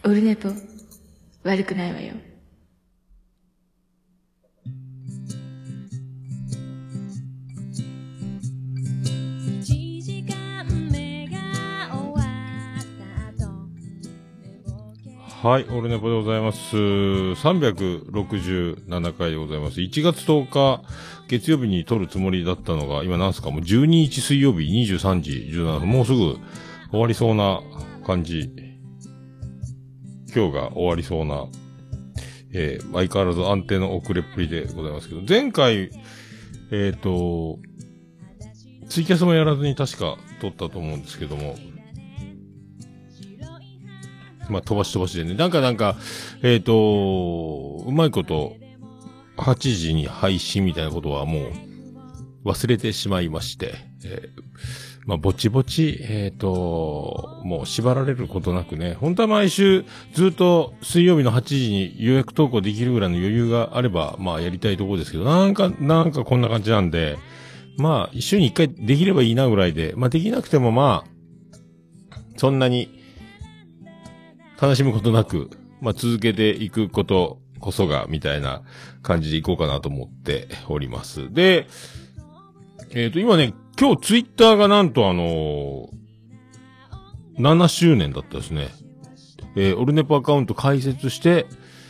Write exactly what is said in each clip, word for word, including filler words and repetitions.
オルネポ悪くないわよ。 はい、オルネポでございます。さんびゃくろくじゅうななかいでございます。いちがつとおか、月曜日に撮るつもりだったのが、今なんすか、もうじゅうににち水曜日にじゅうさんじじゅうななふん、もうすぐ終わりそうな感じ。今日が終わりそうな、えー、相変わらず安定の遅れっぷりでございますけど、前回、えっと、ツイキャスもやらずに確か撮ったと思うんですけども、まあ、飛ばし飛ばしでね。なんかなんか、えっと、うまいこと、はちじに配信みたいなことはもう、忘れてしまいまして、えー、まあ、ぼちぼち、えっと、もう縛られることなくね、本当は毎週、ずっと水曜日のはちじに予約投稿できるぐらいの余裕があれば、まあ、やりたいところですけど、なんか、なんかこんな感じなんで、まあ、週に一回できればいいなぐらいで、まあ、できなくてもまあ、そんなに、楽しむことなく、まあ、続けていくことこそが、みたいな感じでいこうかなと思っております。で、えっと、今ね、今日ツイッターがなんとあのー、ななしゅうねんだったですね。えー、オルネポアカウント開設して、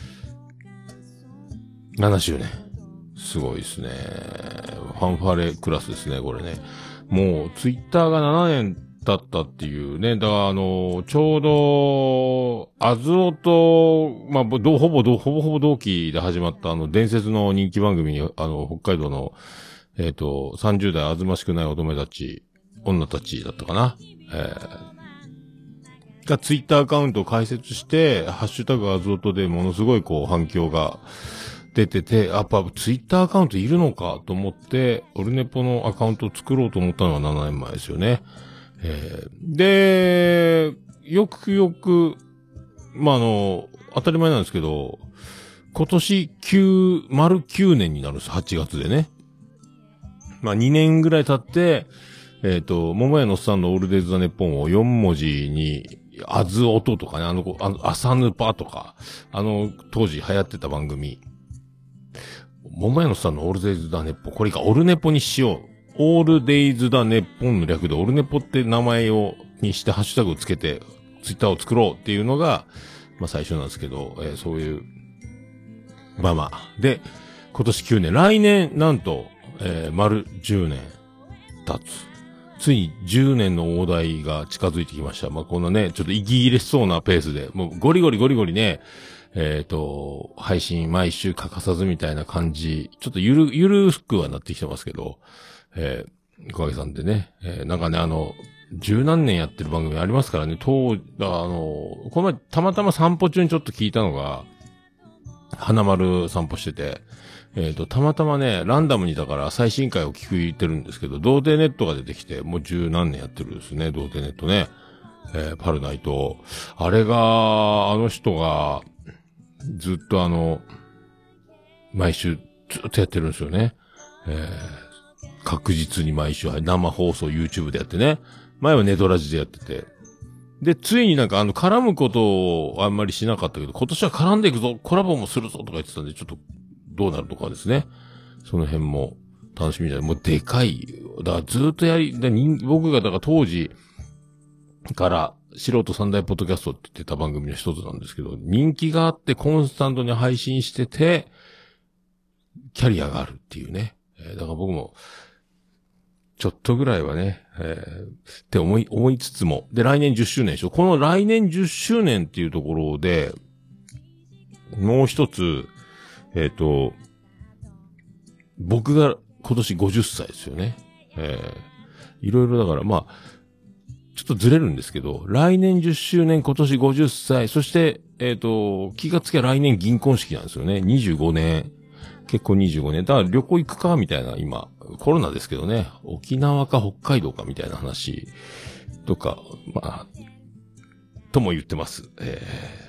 ななしゅうねん。すごいですね。ファンファレクラスですね、これね。もう、ツイッターがななねんだったっていうね。だからあの、ちょうど、アズオと、まあ、ど、ほぼど、ほぼほぼ同期で始まったあの、伝説の人気番組に、あの、北海道の、えっと、さんじゅう代あずましくない乙女たち、女たちだったかな。えー、がツイッターアカウントを開設して、ハッシュタグアズオとでものすごいこう反響が出てて、やっぱツイッターアカウントいるのかと思って、オルネポのアカウントを作ろうと思ったのがななねんまえですよね。えー、で、よくよく、まあ、あの、当たり前なんですけど、今年きゅう、丸きゅうねんになるんです、はちがつでね。まあ、にねんぐらい経って、えっと、桃屋のおっさんのオールデイズ・ザ・ネッポンをよんもじに、あずおととかね、あの、あの、朝ぬぱとか、あの、当時流行ってた番組。桃屋のおっさんのオールデイズ・ザ・ネッポン、これか、オルネポにしよう。オールデイズ・ザ・ネッポンの略で、オルネポって名前を、にしてハッシュタグをつけて、ツイッターを作ろうっていうのが、まあ最初なんですけど、えー、そういう、まあまあ。で、今年きゅうねん、来年、なんと、えー、丸じゅうねん経つ。ついにじゅうねんの大台が近づいてきました。まあこのね、ちょっと息切れしそうなペースで、もうゴリゴリゴリゴリね、えっと、配信毎週欠かさずみたいな感じ、ちょっとゆる、ゆるくはなってきてますけど、えー、おかげさんでね、えー、なんかね、あの、十何年やってる番組ありますからね、当、あの、この前たまたま散歩中にちょっと聞いたのが、花丸散歩してて、えっと、たまたまね、ランダムにだから最新回を聞いてるんですけど、童貞ネットが出てきて、もう十何年やってるんですね、童貞ネットね。えー、パルナイト。あれが、あの人が、ずっとあの、毎週ずっとやってるんですよね。えー、確実に毎週生放送 YouTube でやってね。前はネドラジでやってて。で、ついになんかあの、絡むことをあんまりしなかったけど、今年は絡んでいくぞ、コラボもするぞとか言ってたんで、ちょっと、どうなるとかですね。その辺も楽しみだね。もうでかい。だからずっとやり、だ人僕がだから当時から素人三大ポッドキャストって言ってた番組の一つなんですけど、人気があってコンスタントに配信してて、キャリアがあるっていうね。えー、だから僕も、ちょっとぐらいはね、えー、って思い、思いつつも。で、来年じゅっしゅうねんでしょ。この来年じゅっしゅうねんっていうところで、もう一つ、えっと、僕が今年ごじゅっさいですよね。えー、いろいろだから、まあ、ちょっとずれるんですけど、来年じゅっしゅうねん、今年ごじゅっさい、そして、えっと、気がつきゃ来年銀婚式なんですよね。にじゅうごねん。結構にじゅうごねん。だから旅行行くかみたいな、今、コロナですけどね、沖縄か北海道かみたいな話とか、まあ、とも言ってます。え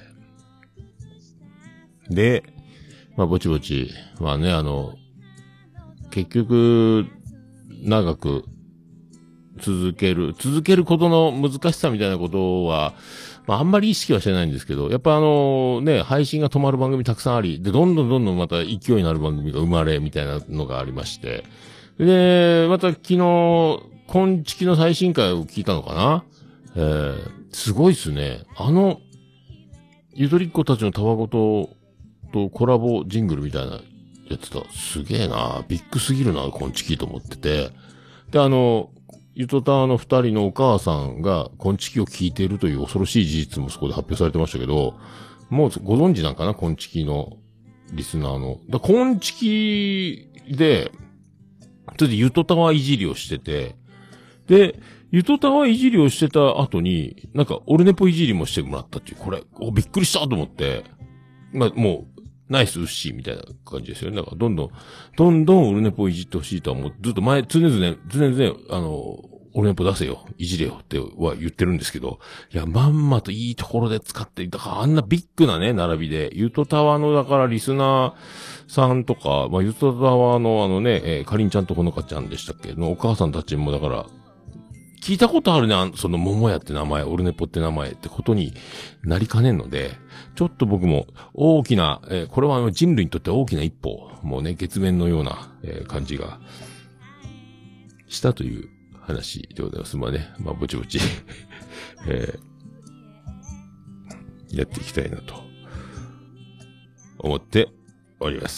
ー、で、まあ、ぼちぼち、まあね、あの、結局、長く続ける、続けることの難しさみたいなことは、まああんまり意識はしてないんですけど、やっぱあのね、配信が止まる番組たくさんあり、で、どんどんどんどんまた勢いになる番組が生まれ、みたいなのがありまして。で、また昨日、今月の最新回を聞いたのかな。えー、すごいっすね。あの、ゆとりっ子たちのたわごととコラボジングルみたいなやつだ。すげえな。ビッグすぎるな、今月と思ってて。で、あの、ゆとたわの二人のお母さんが今月を聞いているという恐ろしい事実もそこで発表されてましたけど、もうご存知なんかな、今月のリスナーの。だ今月で、それでゆとたわいじりをしてて、で、ゆとたわいじりをしてた後に、なんか、オルネポいじりもしてもらったっていう、これ、お、びっくりしたと思って、まあ、もう、ナイスウッシーみたいな感じですよね。だから、どんどん、どんどんオルネポいじってほしいとはもう、ずっと前、常々、常々、あの、オルネポ出せよ、いじれよっては言ってるんですけど、いや、まんまといいところで使って、だからあんなビッグなね、並びで、ゆとたわの、だからリスナーさんとか、まあ、ゆとたわのあのね、えー、かりんちゃんとほのかちゃんでしたっけのお母さんたちもだから、聞いたことあるね、その桃屋って名前、オルネポって名前ってことになりかねんので、ちょっと僕も大きな、えー、これはあの人類にとって大きな一歩、もうね、月面のような、えー、感じがしたという話でございます。まあね、まあぼちぼち、えー、やっていきたいなと思っております。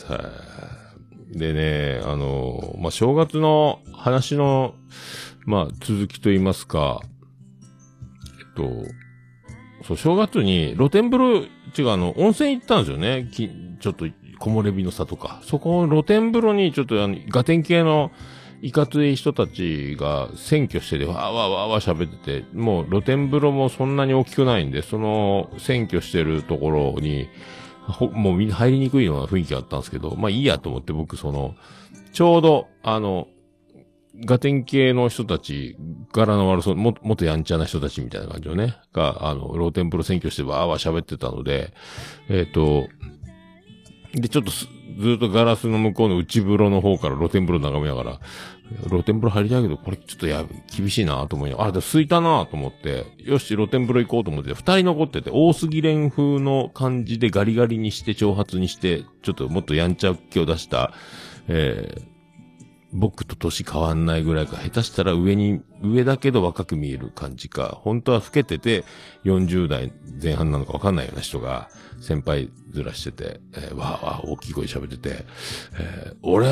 はでね、あの、まあ正月の話のまあ、続きと言いますか、えっと、そう、正月に露天風呂、違う、あの、温泉行ったんですよね。き、ちょっと、木漏れ日の差とか。そこ、露天風呂に、ちょっと、あの、ガテン系の、いかつい人たちが占拠してて、わーわーわーわー喋ってて、もう露天風呂もそんなに大きくないんで、その、占拠してるところに、ほもうみんな入りにくいような雰囲気があったんですけど、まあいいやと思って僕、その、ちょうど、あの、ガテン系の人たち、柄の悪そう、も、もっとやんちゃな人たちみたいな感じのね、が、あの、露天風呂占拠してわーわー喋ってたので、えっと、で、ちょっとずっとガラスの向こうの内風呂の方から露天風呂眺めながら、露天風呂入りたいけど、これちょっとや、厳しいなと思いながら、あ、でも空いたなと思って、よし、露天風呂行こうと思って、二人残ってて、大杉蓮風の感じでガリガリにして、長髪にして、ちょっともっとやんちゃ気を出した、えー、僕と年変わんないぐらいか、下手したら上に、上だけど若く見える感じか、本当は老けててよんじゅう代前半なのかわかんないような人が先輩ずらしてて、えー、わーわー大きい声喋ってて、えー、俺、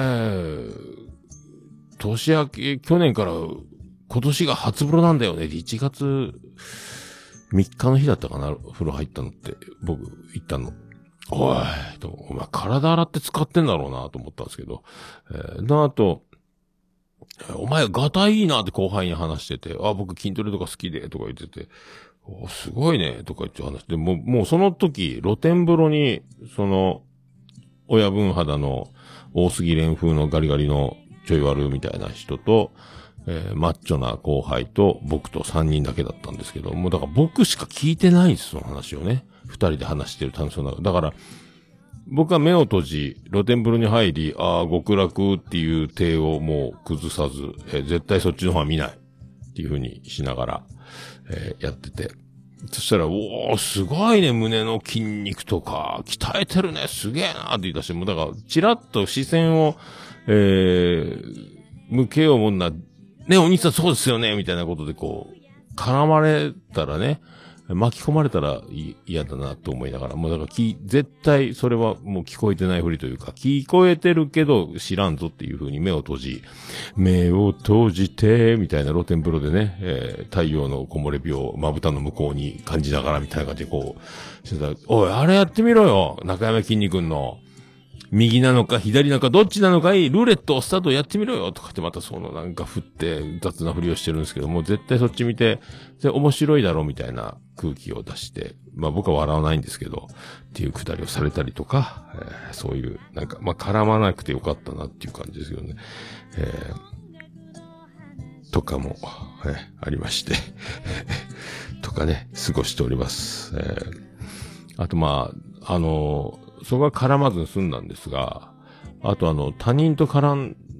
年明け、去年から今年が初風呂なんだよね。いちがつみっかの日だったかな、風呂入ったのって、僕行ったの。おい、と、お前体洗って使ってんだろうなと思ったんですけど、えー、なあと、お前ガタイいいなって後輩に話してて、あ、僕筋トレとか好きで、とか言ってて、おすごいね、とか言って話して、もう、もうその時、露天風呂に、その、親分肌の大杉蓮風のガリガリのちょい悪みたいな人と、えー、マッチョな後輩と僕とさんにんだけだったんですけど、もうだから僕しか聞いてないんです、その話をね。二人で話してる楽しそうな。だから、僕は目を閉じ、露天風呂に入り、ああ、極楽っていう体をもう崩さず、えー、絶対そっちの方は見ない。っていう風にしながら、えー、やってて。そしたら、おー、すごいね、胸の筋肉とか、鍛えてるね、すげえなーって言い出して、もうだから、チラッと視線を、えー、向けようもんな、ね、お兄さんそうですよね、みたいなことでこう、絡まれたらね、巻き込まれたら嫌だなと思いながら、もうだからき、絶対それはもう聞こえてないふりというか、聞こえてるけど知らんぞっていう風に目を閉じ、目を閉じて、みたいな露天風呂でね、えー、太陽の木漏れ日をまぶたの向こうに感じながらみたいな感じでこう、してたら、おい、あれやってみろよ、中山きんに君の。右なのか左なのかどっちなのかいいルーレットをスタートやってみろよとかってまたそのなんか振って雑な振りをしてるんですけども、絶対そっち見て、で面白いだろうみたいな空気を出して、まあ僕は笑わないんですけど、っていうくだりをされたりとか、えー、そういう、なんか、まあ絡まなくてよかったなっていう感じですよね。えー、とかも、えー、ありまして、とかね、過ごしております。えー、あとまあ、あのー、そこは絡まずに済んだんですが、あとあの、他人と絡ん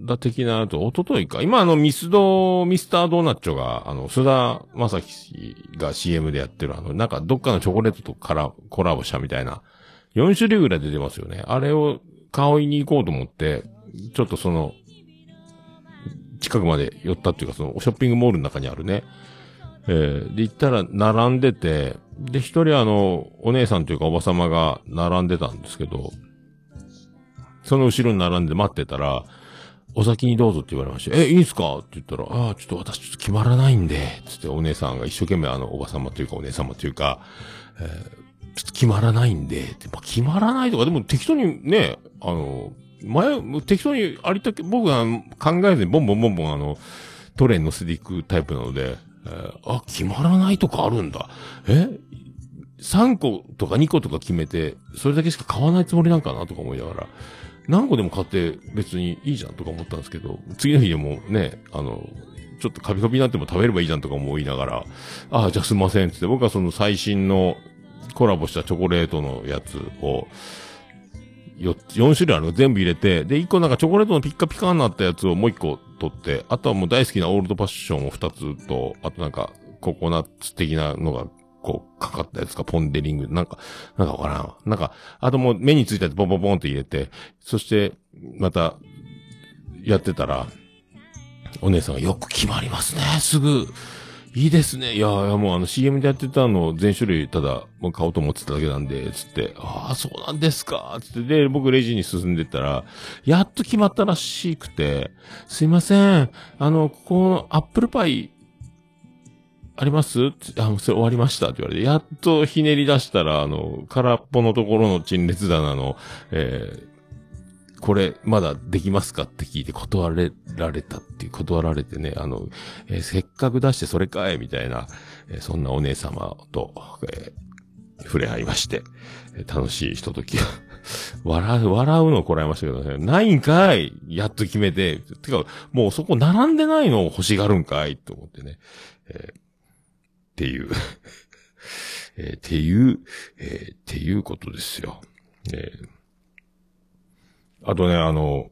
ダ的なと、一昨日か。今あのミスド、ミスタードーナッチョが、あの、須田正樹が シーエム でやってるあの、なんかどっかのチョコレートとからコラボしたみたいな、よん種類ぐらい出てますよね。あれを買いに行こうと思って、ちょっとその、近くまで寄ったっていうか、その、ショッピングモールの中にあるね。えー、で、行ったら並んでて、で、一人あの、お姉さんというかおばさまが並んでたんですけど、その後ろに並んで待ってたら、お先にどうぞって言われまして、え、いいんすかって言ったら、ああ、ちょっと私ちょっと決まらないんで、つってお姉さんが一生懸命あの、おばさまというかお姉様というか、えー、ちょっと決まらないんで、って、まあ、決まらないとか、でも適当にね、あの、前、適当にありたけ、僕が考えずにボンボンボンボンあの、トレーに乗せていくタイプなので、えー、あ、決まらないとかあるんだ。えさんことかにことか決めて、それだけしか買わないつもりなんかなとか思いながら、何個でも買って別にいいじゃんとか思ったんですけど、次の日でもね、あの、ちょっとカビカビになっても食べればいいじゃんとか思いながら、ああ、じゃあすいませんってって、僕はその最新のコラボしたチョコレートのやつを、よ、よん種類あるの全部入れて、で、いっこなんかチョコレートのピッカピカになったやつをもういっこ取って、あとはもう大好きなオールドパッションをふたつと、あとなんかココナッツ的なのが、こう、かかったやつか、ポンデリング、なんか、なんかわからん。なんか、あともう目についたやつポンポンポンって入れて、そして、また、やってたら、お姉さんがよく決まりますね、すぐ。いいですね。いや、いやもうあの シーエム でやってたの全種類ただ、もう買おうと思ってただけなんで、つって、ああ、そうなんですか、つって、で、僕レジに進んでったら、やっと決まったらしくて、すいません、あの、ここのアップルパイ、ありますあ、もうそれ終わりましたって言われて、やっとひねり出したら、あの、空っぽのところの陳列棚の、えー、これ、まだできますかって聞いて断れられたっていう、断られてね、あの、えー、せっかく出してそれかいみたいな、えー、そんなお姉様と、えー、触れ合いまして、えー、楽しいひとときが、笑う、笑うのをこらえましたけどね、ないんかいやっと決めて、てか、もうそこ並んでないのを欲しがるんかいと思ってね、えーっていう、えー、っていう、えー、っていうことですよ。えー、あとね、あの、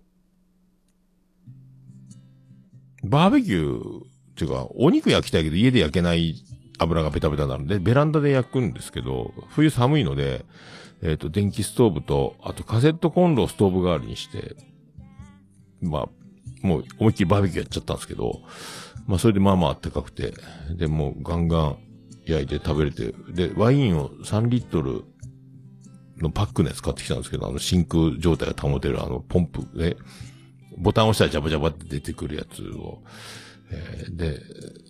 バーベキュー、っていうか、お肉焼きたいけど家で焼けない油がベタベタなので、ベランダで焼くんですけど、冬寒いので、えっと、電気ストーブと、あとカセットコンロをストーブ代わりにして、まあ、もう思いっきりバーベキューやっちゃったんですけど、まあそれでまあまあ暖かくて、でもうガンガン焼いて食べれて、で、ワインをさんリットルのパックのやつ買ってきたんですけど、あの真空状態が保てるあのポンプで、ボタンを押したらジャバジャバって出てくるやつを、えー、で、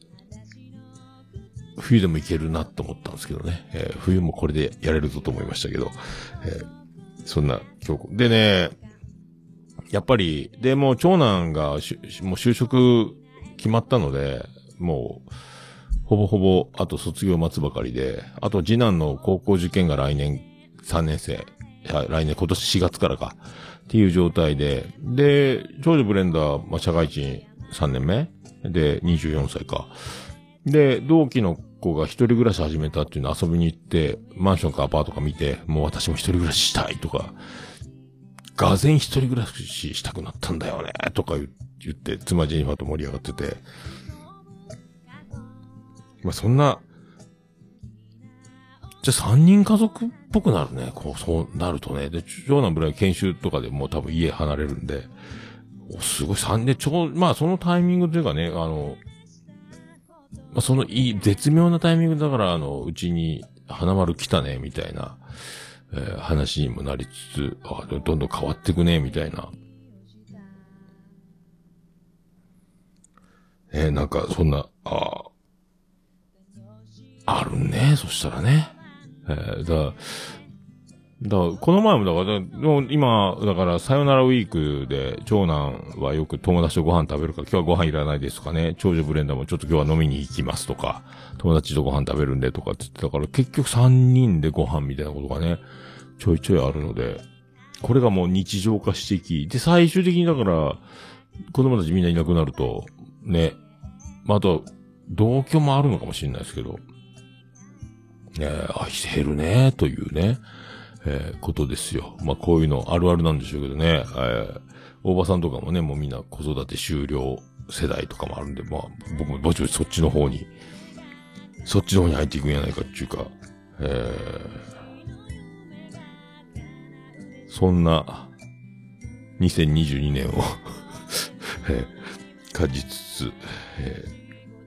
冬でもいけるなと思ったんですけどね、えー、冬もこれでやれるぞと思いましたけど、えー、そんな今日、でね、やっぱり、で、もう長男がし、もう就職決まったので、もう、ほぼほぼ、あと卒業待つばかりで、あと次男の高校受験が来年さんねん生、来年今年しがつからか、っていう状態で、で、長女ブレンダー、まあ、社会人さんねんめで、にじゅうよんさいか。で、同期の子が一人暮らし始めたっていうのを遊びに行って、マンションかアパートか見て、もう私も一人暮らししたいとか、がぜん一人暮らししたくなったんだよね、とか言って、妻ジェニファーと盛り上がってて。まあ、そんな、じゃあ三人家族っぽくなるね。こう、そうなるとね。で、長男ブライ研修とかでもう多分家離れるんで、おすごい三で、ちょう、まあそのタイミングというかね、あの、まあそのいい、絶妙なタイミングだから、あの、うちに花丸来たね、みたいな。えー、話にもなりつつ、あ、どんどん変わってくね、みたいな。えー、なんか、そんな、ああるね、そしたらね。えー、だ、だ、この前もだから、だ今、だから、さよならウィークで、長男はよく友達とご飯食べるから、今日はご飯いらないですとかね、長女ブレンダーもちょっと今日は飲みに行きますとか、友達とご飯食べるんでとかって言ってたから、結局さんにんでご飯みたいなことがね、ちょいちょいあるので、これがもう日常化してき、で、最終的にだから、子供たちみんないなくなると、ね、まあ、あと、同居もあるのかもしれないですけど、えー、愛して減るね、というね、えー、ことですよ。まあ、こういうのあるあるなんでしょうけどね、えー、 おばさんとかもね、もうみんな子育て終了世代とかもあるんで、まあ、僕もぼちぼちそっちの方に、そっちの方に入っていくんやないかっていうか、えー、そんな、にせんにじゅうにねんを、えー、感じつつ、えー、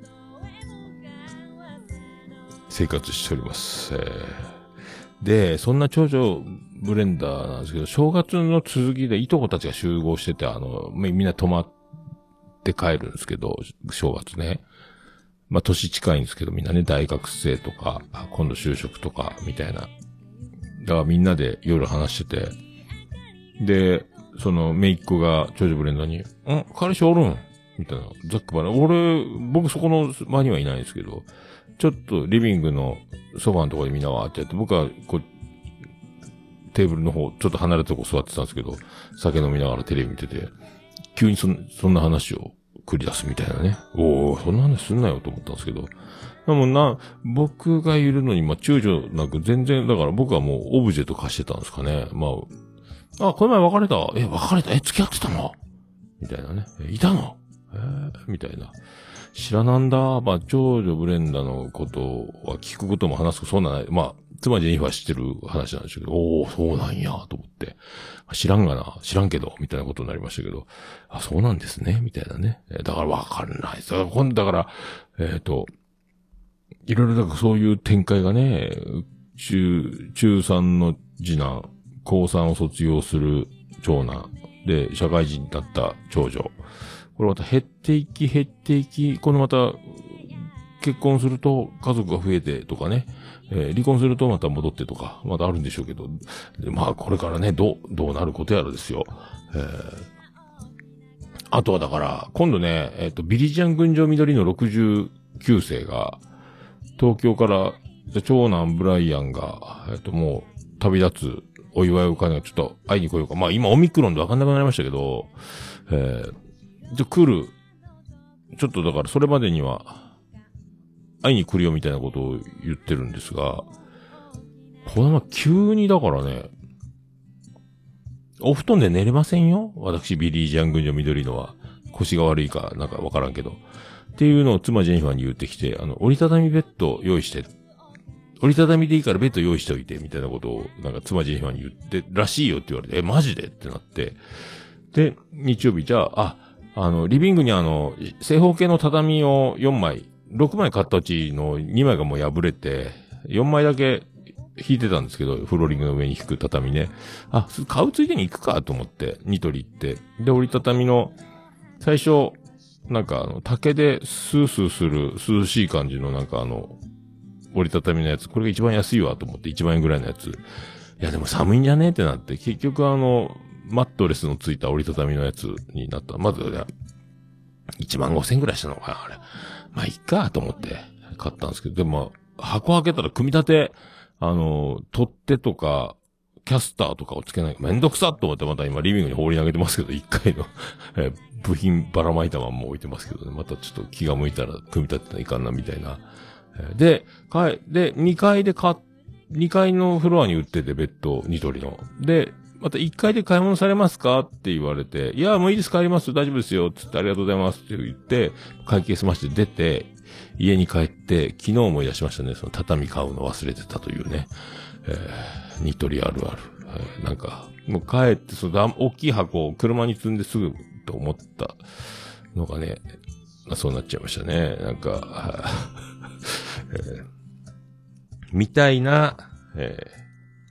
生活しております。えー、で、そんな長女ブレンダーなんですけど、正月の続きでいとこたちが集合してて、あの、みんな泊まって帰るんですけど、正月ね。まあ、年近いんですけど、みんなね、大学生とか、今度就職とか、みたいな。だからみんなで夜話してて、で、その、姪っ子が長女ブレンダーに、ん彼氏おるんみたいな。ざっくばらん。俺、僕そこの場にはいないんですけど、ちょっとリビングのソファのところでみんなわーってやって、僕はこう、テーブルの方、ちょっと離れたとこ座ってたんですけど、酒飲みながらテレビ見てて、急にそんそんな話を繰り出すみたいなね。おー、そんな話すんなよと思ったんですけど。でもな、僕がいるのに、まあ、躊躇なく全然、だから僕はもうオブジェと化してたんですかね。まあ、あ、この前別れた。え、別れた。え、付き合ってたのみたいなね。え、いたのえー、みたいな。知らなんだ。まあ、長女ブレンダのことは聞くことも話すこと、そんなない。まあ、妻ジェニファー知ってる話なんですけど、おー、そうなんや、と思って。知らんがな、知らんけど、みたいなことになりましたけど、あ、そうなんですね、みたいなね。だからわかんないです。だから、えっと、いろいろだからそういう展開がね、中、中さんの次男、高さんを卒業する長男、で、社会人だった長女。これまた減っていき減っていき、このまた結婚すると家族が増えてとかね、えー、離婚するとまた戻ってとか、またあるんでしょうけど、でまあこれからね、どう、どうなることやらですよ。えー、あとはだから、今度ね、えっと、ビリジアン群青緑のろくじゅうきゅうせいが、東京から、長男ブライアンが、えっともう旅立つお祝いお金がちょっと会いに来ようか。まあ今オミクロンでわかんなくなりましたけど、えー、じゃ、来る。ちょっとだからそれまでには、会いに来るよみたいなことを言ってるんですが、これは急にだからね、お布団で寝れませんよ。私、ビリー・ジャン群青緑のは。腰が悪いか、なんかわからんけど。っていうのを妻ジェニファーに言ってきて、あの、折りたたみベッド用意して、折りたたみでいいからベッド用意しておいて、みたいなことを、なんか妻ジェニファーに言って、らしいよって言われて、え、マジでってなって。で、日曜日じゃあ、あ、あの、リビングにあの、正方形の畳をよんまい、ろくまい買ったうちのにまいがもう破れて、よんまいだけ引いてたんですけど、フローリングの上に引く畳ね。あ、買うついでに行くかと思って、ニトリ行って。で、折りたたみの、最初、なんかあの、竹でスースーする涼しい感じのなんかあの、折りたたみのやつ、これが一番安いわと思っていちまんえんぐらいのやつ。いやでも寒いんじゃねえってなって、結局あの、マットレスのついた折りたたみのやつになった。まず、いちまんごせんぐらいしたのかな、あれ。まあ、いっかと思って買ったんですけど、でも、箱開けたら組み立て、あの、取っ手とか、キャスターとかをつけない。めんどくさと思ってまた今リビングに放り投げてますけど、いっかいの、えー、部品ばらまいたまんま置いてますけどね。またちょっと気が向いたら組み立てないかんなみたいな。えー、で、かい、で、にかいで買っ、にかいのフロアに売ってて、ベッド、ニトリの。で、またいっかいで買い物されますかって言われて、いや、もういいです、帰ります、大丈夫ですよ、つってありがとうございますって言って、会計済まして出て、家に帰って、昨日思い出しましたね、その畳買うの忘れてたというね、えー、ニトリあるある。えー、なんか、もう帰って、その大きい箱を車に積んですぐと思ったのがね、そうなっちゃいましたね。なんか、えー、みたいな、えー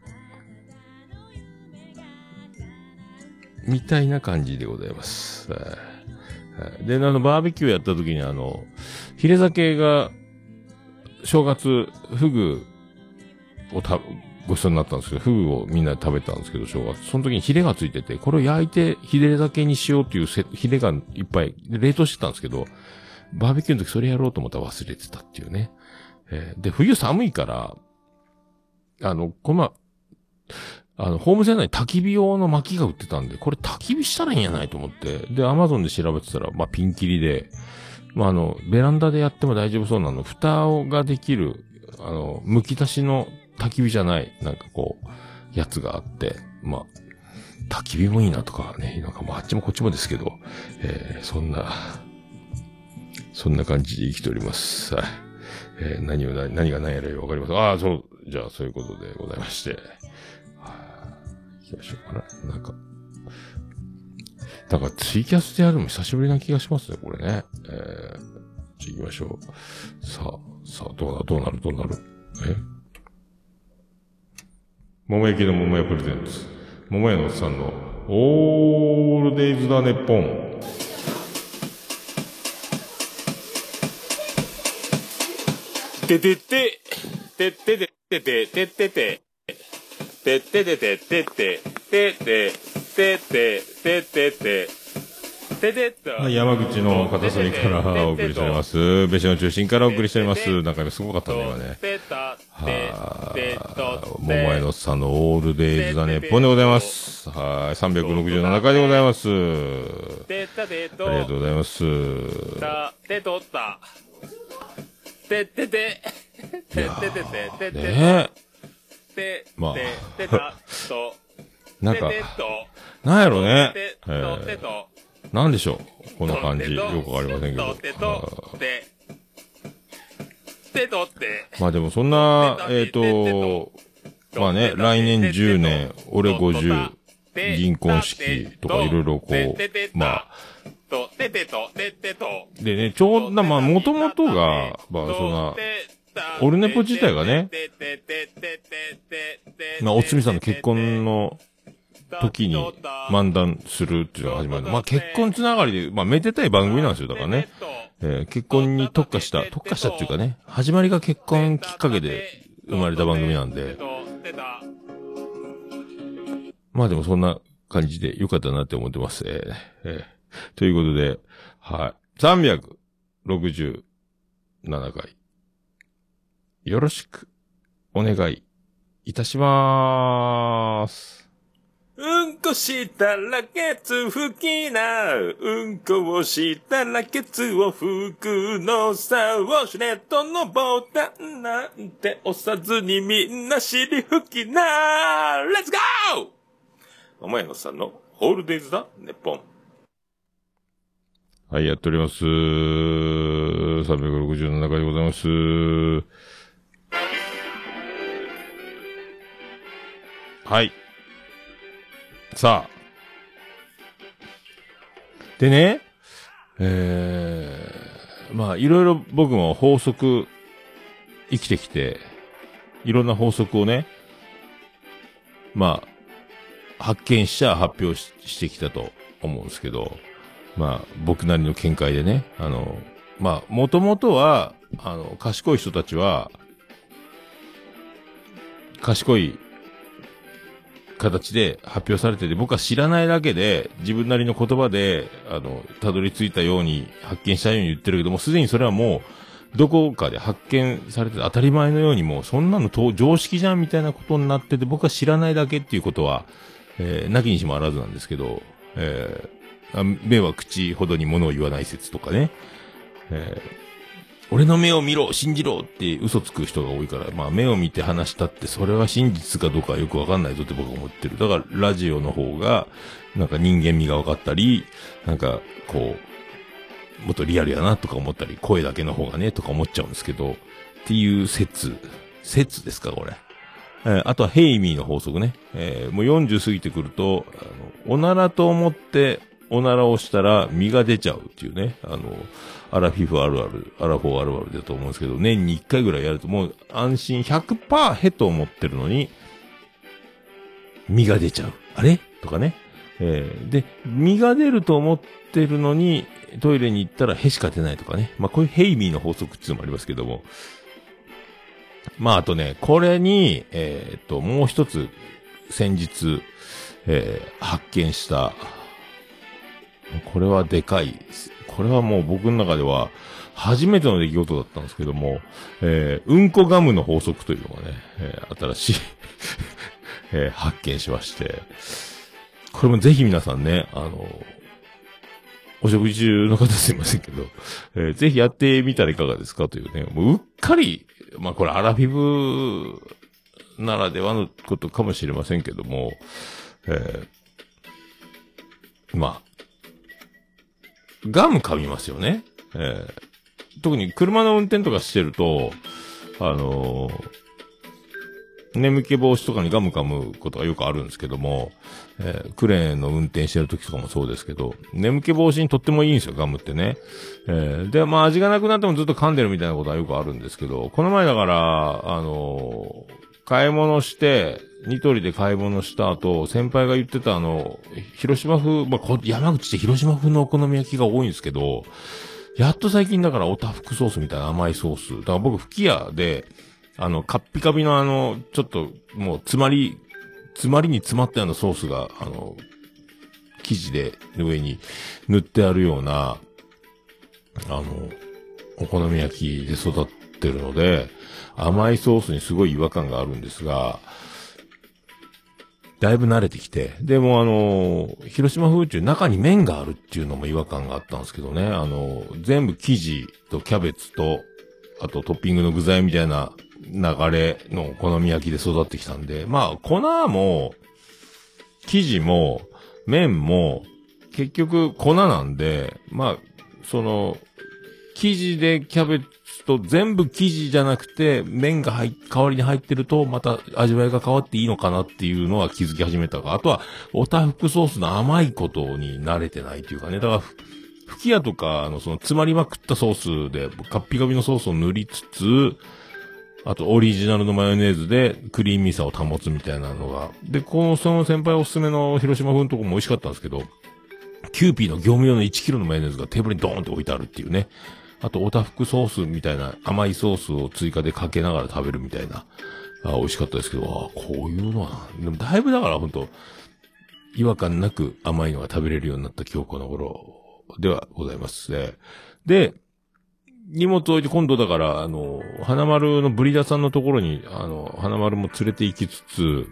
みたいな感じでございます。で、あの、バーベキューやった時にあの、ヒレ酒が、正月、フグをた、ごちそうになったんですけど、フグをみんなで食べたんですけど、正月。その時にヒレがついてて、これを焼いてヒレ酒にしようっていうセヒレがいっぱい冷凍してたんですけど、バーベキューの時それやろうと思ったら忘れてたっていうね。えー、で、冬寒いから、あの、この、あの、ホームセンターに焚き火用の薪が売ってたんで、これ焚き火したらいいんやないと思って。で、アマゾンで調べてたら、まあ、ピンキリで、まあ、あの、ベランダでやっても大丈夫そうなの、蓋ができる、あの、剥き出しの焚き火じゃない、なんかこう、やつがあって、まあ、 焚き火もいいなとかね、なんかもうあっちもこっちもですけど、えー、そんな、そんな感じで生きております。はい。えー、何を何、何が何やらわかります。ああ、そう、じゃあそういうことでございまして。はぁ、行きましょうかな。なんか、なんかツイキャスでやるのも久しぶりな気がしますね、これね。えー、じゃあ行きましょう。さあ、さあ、どうな、どうなる、どうなる。え桃焼きの桃屋プレゼンツ。桃屋のおっさんの、オールデイズだネッポン。 ててて、てててててててて、ててててててて、ててててててて、 はい、山口の片隅からお送りしております。別所の中心からお送りしております。なんか今すごかったね、今ね。はぁ、桃屋のおっさんのオールデイズだネッポンでございます。はい、さんびゃくろくじゅうななかいでございます。ありがとうございます。 てとった。ててて、てててててて、 ねえ。 まあ、 てたと、 なんか、なんやろね。えー、なんでしょう。この感じ。よくわかりませんけど。まあでもそんな、えっと、まあね、来年じゅうねん、俺ごじゅう、銀婚式とかいろいろこう、まあ、でね、ちょうど、まあ、もともとが、まあ、そんな、オルネポ自体がね、まあ、おつみさんの結婚の時に漫談するっていうのが始まる。まあ、結婚つながりで、まあ、めでたい番組なんですよ。だからね、えー、結婚に特化した、特化したっていうかね、始まりが結婚きっかけで生まれた番組なんで、まあでもそんな感じでよかったなって思ってます。えーえーということで、はい。さんびゃくろくじゅうななかい。よろしくお願いいたしまーす。 うんこしたらケツ拭きな。うんこをしたらケツを拭くのさ。ウォシュレットのボタンなんて押さずにみんな尻拭きな。レッツゴー！お前のさんのホールデイズだ、ネッポン。 はい、やっております。さんびゃくろくじゅうななかいでございます。はい。さあ。でね、えー、まあ、いろいろ僕も法則、生きてきて、いろんな法則をね、まあ、発見しちゃ発表 し, してきたと思うんですけど、まあ、僕なりの見解でね、あの、まあ、もともとは、あの、賢い人たちは、賢い形で発表されてて、僕は知らないだけで、自分なりの言葉で、あの、たどり着いたように、発見したように言ってるけども、すでにそれはもう、どこかで発見されて当たり前のようにもう、そんなの常識じゃんみたいなことになってて、僕は知らないだけっていうことは、えー、なきにしもあらずなんですけど、えー、目は口ほどに物を言わない説とかね。えー、俺の目を見ろ信じろって嘘つく人が多いから、まあ目を見て話したってそれは真実かどうかはよくわかんないぞって僕は思ってる。だからラジオの方が、なんか人間味が分かったり、なんかこう、もっとリアルやなとか思ったり、声だけの方がねとか思っちゃうんですけど、っていう説、説ですかこれ。えー、あとはヘイミーの法則ね。えー、もうよんじゅう過ぎてくると、あの、おならと思って、おならをしたら身が出ちゃうっていうね。あの、アラフィフあるある、アラフォーあるあるだと思うんですけど、年にいっかいぐらいやるともう安心 ひゃくパーセント へと思ってるのに、身が出ちゃう。あれとかね。えー、で、身が出ると思ってるのに、トイレに行ったらへしか出ないとかね。まあ、こういうヘイミーの法則っていうのもありますけども。まあ、あとね、これに、えー、っと、もう一つ、先日、えー、発見した、これはでかい。これはもう僕の中では初めての出来事だったんですけども、えー、うんこガムの法則というのがね、えー、新しい、えー、発見しまして、これもぜひ皆さんね、あの、お食事中の方すいませんけど、えー、ぜひやってみたらいかがですかというね、もううっかり、まあこれアラフィフならではのことかもしれませんけども、えーまあ、ガム噛みますよね。えー、特に車の運転とかしてると、あのー、眠気防止とかにガム噛むことがよくあるんですけども、えー、クレーンの運転してる時とかもそうですけど、眠気防止にとってもいいんですよ、ガムってね。えー、で、まあ味がなくなってもずっと噛んでるみたいなことはよくあるんですけど、この前だから、あのー、買い物して、ニトリで買い物した後、先輩が言ってたあの、広島風、まあ、山口って広島風のお好み焼きが多いんですけど、やっと最近だからおたふくソースみたいな甘いソース。だから僕、吹き屋で、あの、カッピカピのあの、ちょっと、もう、詰まり、詰まりに詰まったようなソースが、あの、生地で上に塗ってあるような、あの、お好み焼きで育ってるので、甘いソースにすごい違和感があるんですが、だいぶ慣れてきて、でもあの、広島風っていう中に麺があるっていうのも違和感があったんですけどね、あの、全部生地とキャベツと、あとトッピングの具材みたいな流れのお好み焼きで育ってきたんで、まあ、粉も、生地も、麺も、結局粉なんで、まあ、その、生地でキャベツと全部生地じゃなくて、麺が入っ、代わりに入ってると、また味わいが変わっていいのかなっていうのは気づき始めたが、あとは、おたふくソースの甘いことに慣れてないというかね、だから、吹き屋とか、あの、その、詰まりまくったソースで、カッピカピのソースを塗りつつ、あと、オリジナルのマヨネーズで、クリーミーさを保つみたいなのが。で、この、その先輩おすすめの広島風のとこも美味しかったんですけど、キューピーの業務用のいちキロのマヨネーズがテーブルにドーンって置いてあるっていうね。あと、おたふくソースみたいな甘いソースを追加でかけながら食べるみたいな。あ、美味しかったですけど、あ、こういうのは、でもだいぶだからほんと、違和感なく甘いのが食べれるようになった今日この頃ではございますね。で、荷物置いて今度だから、あの、花丸のブリダさんのところに、あの、花丸も連れて行きつつ、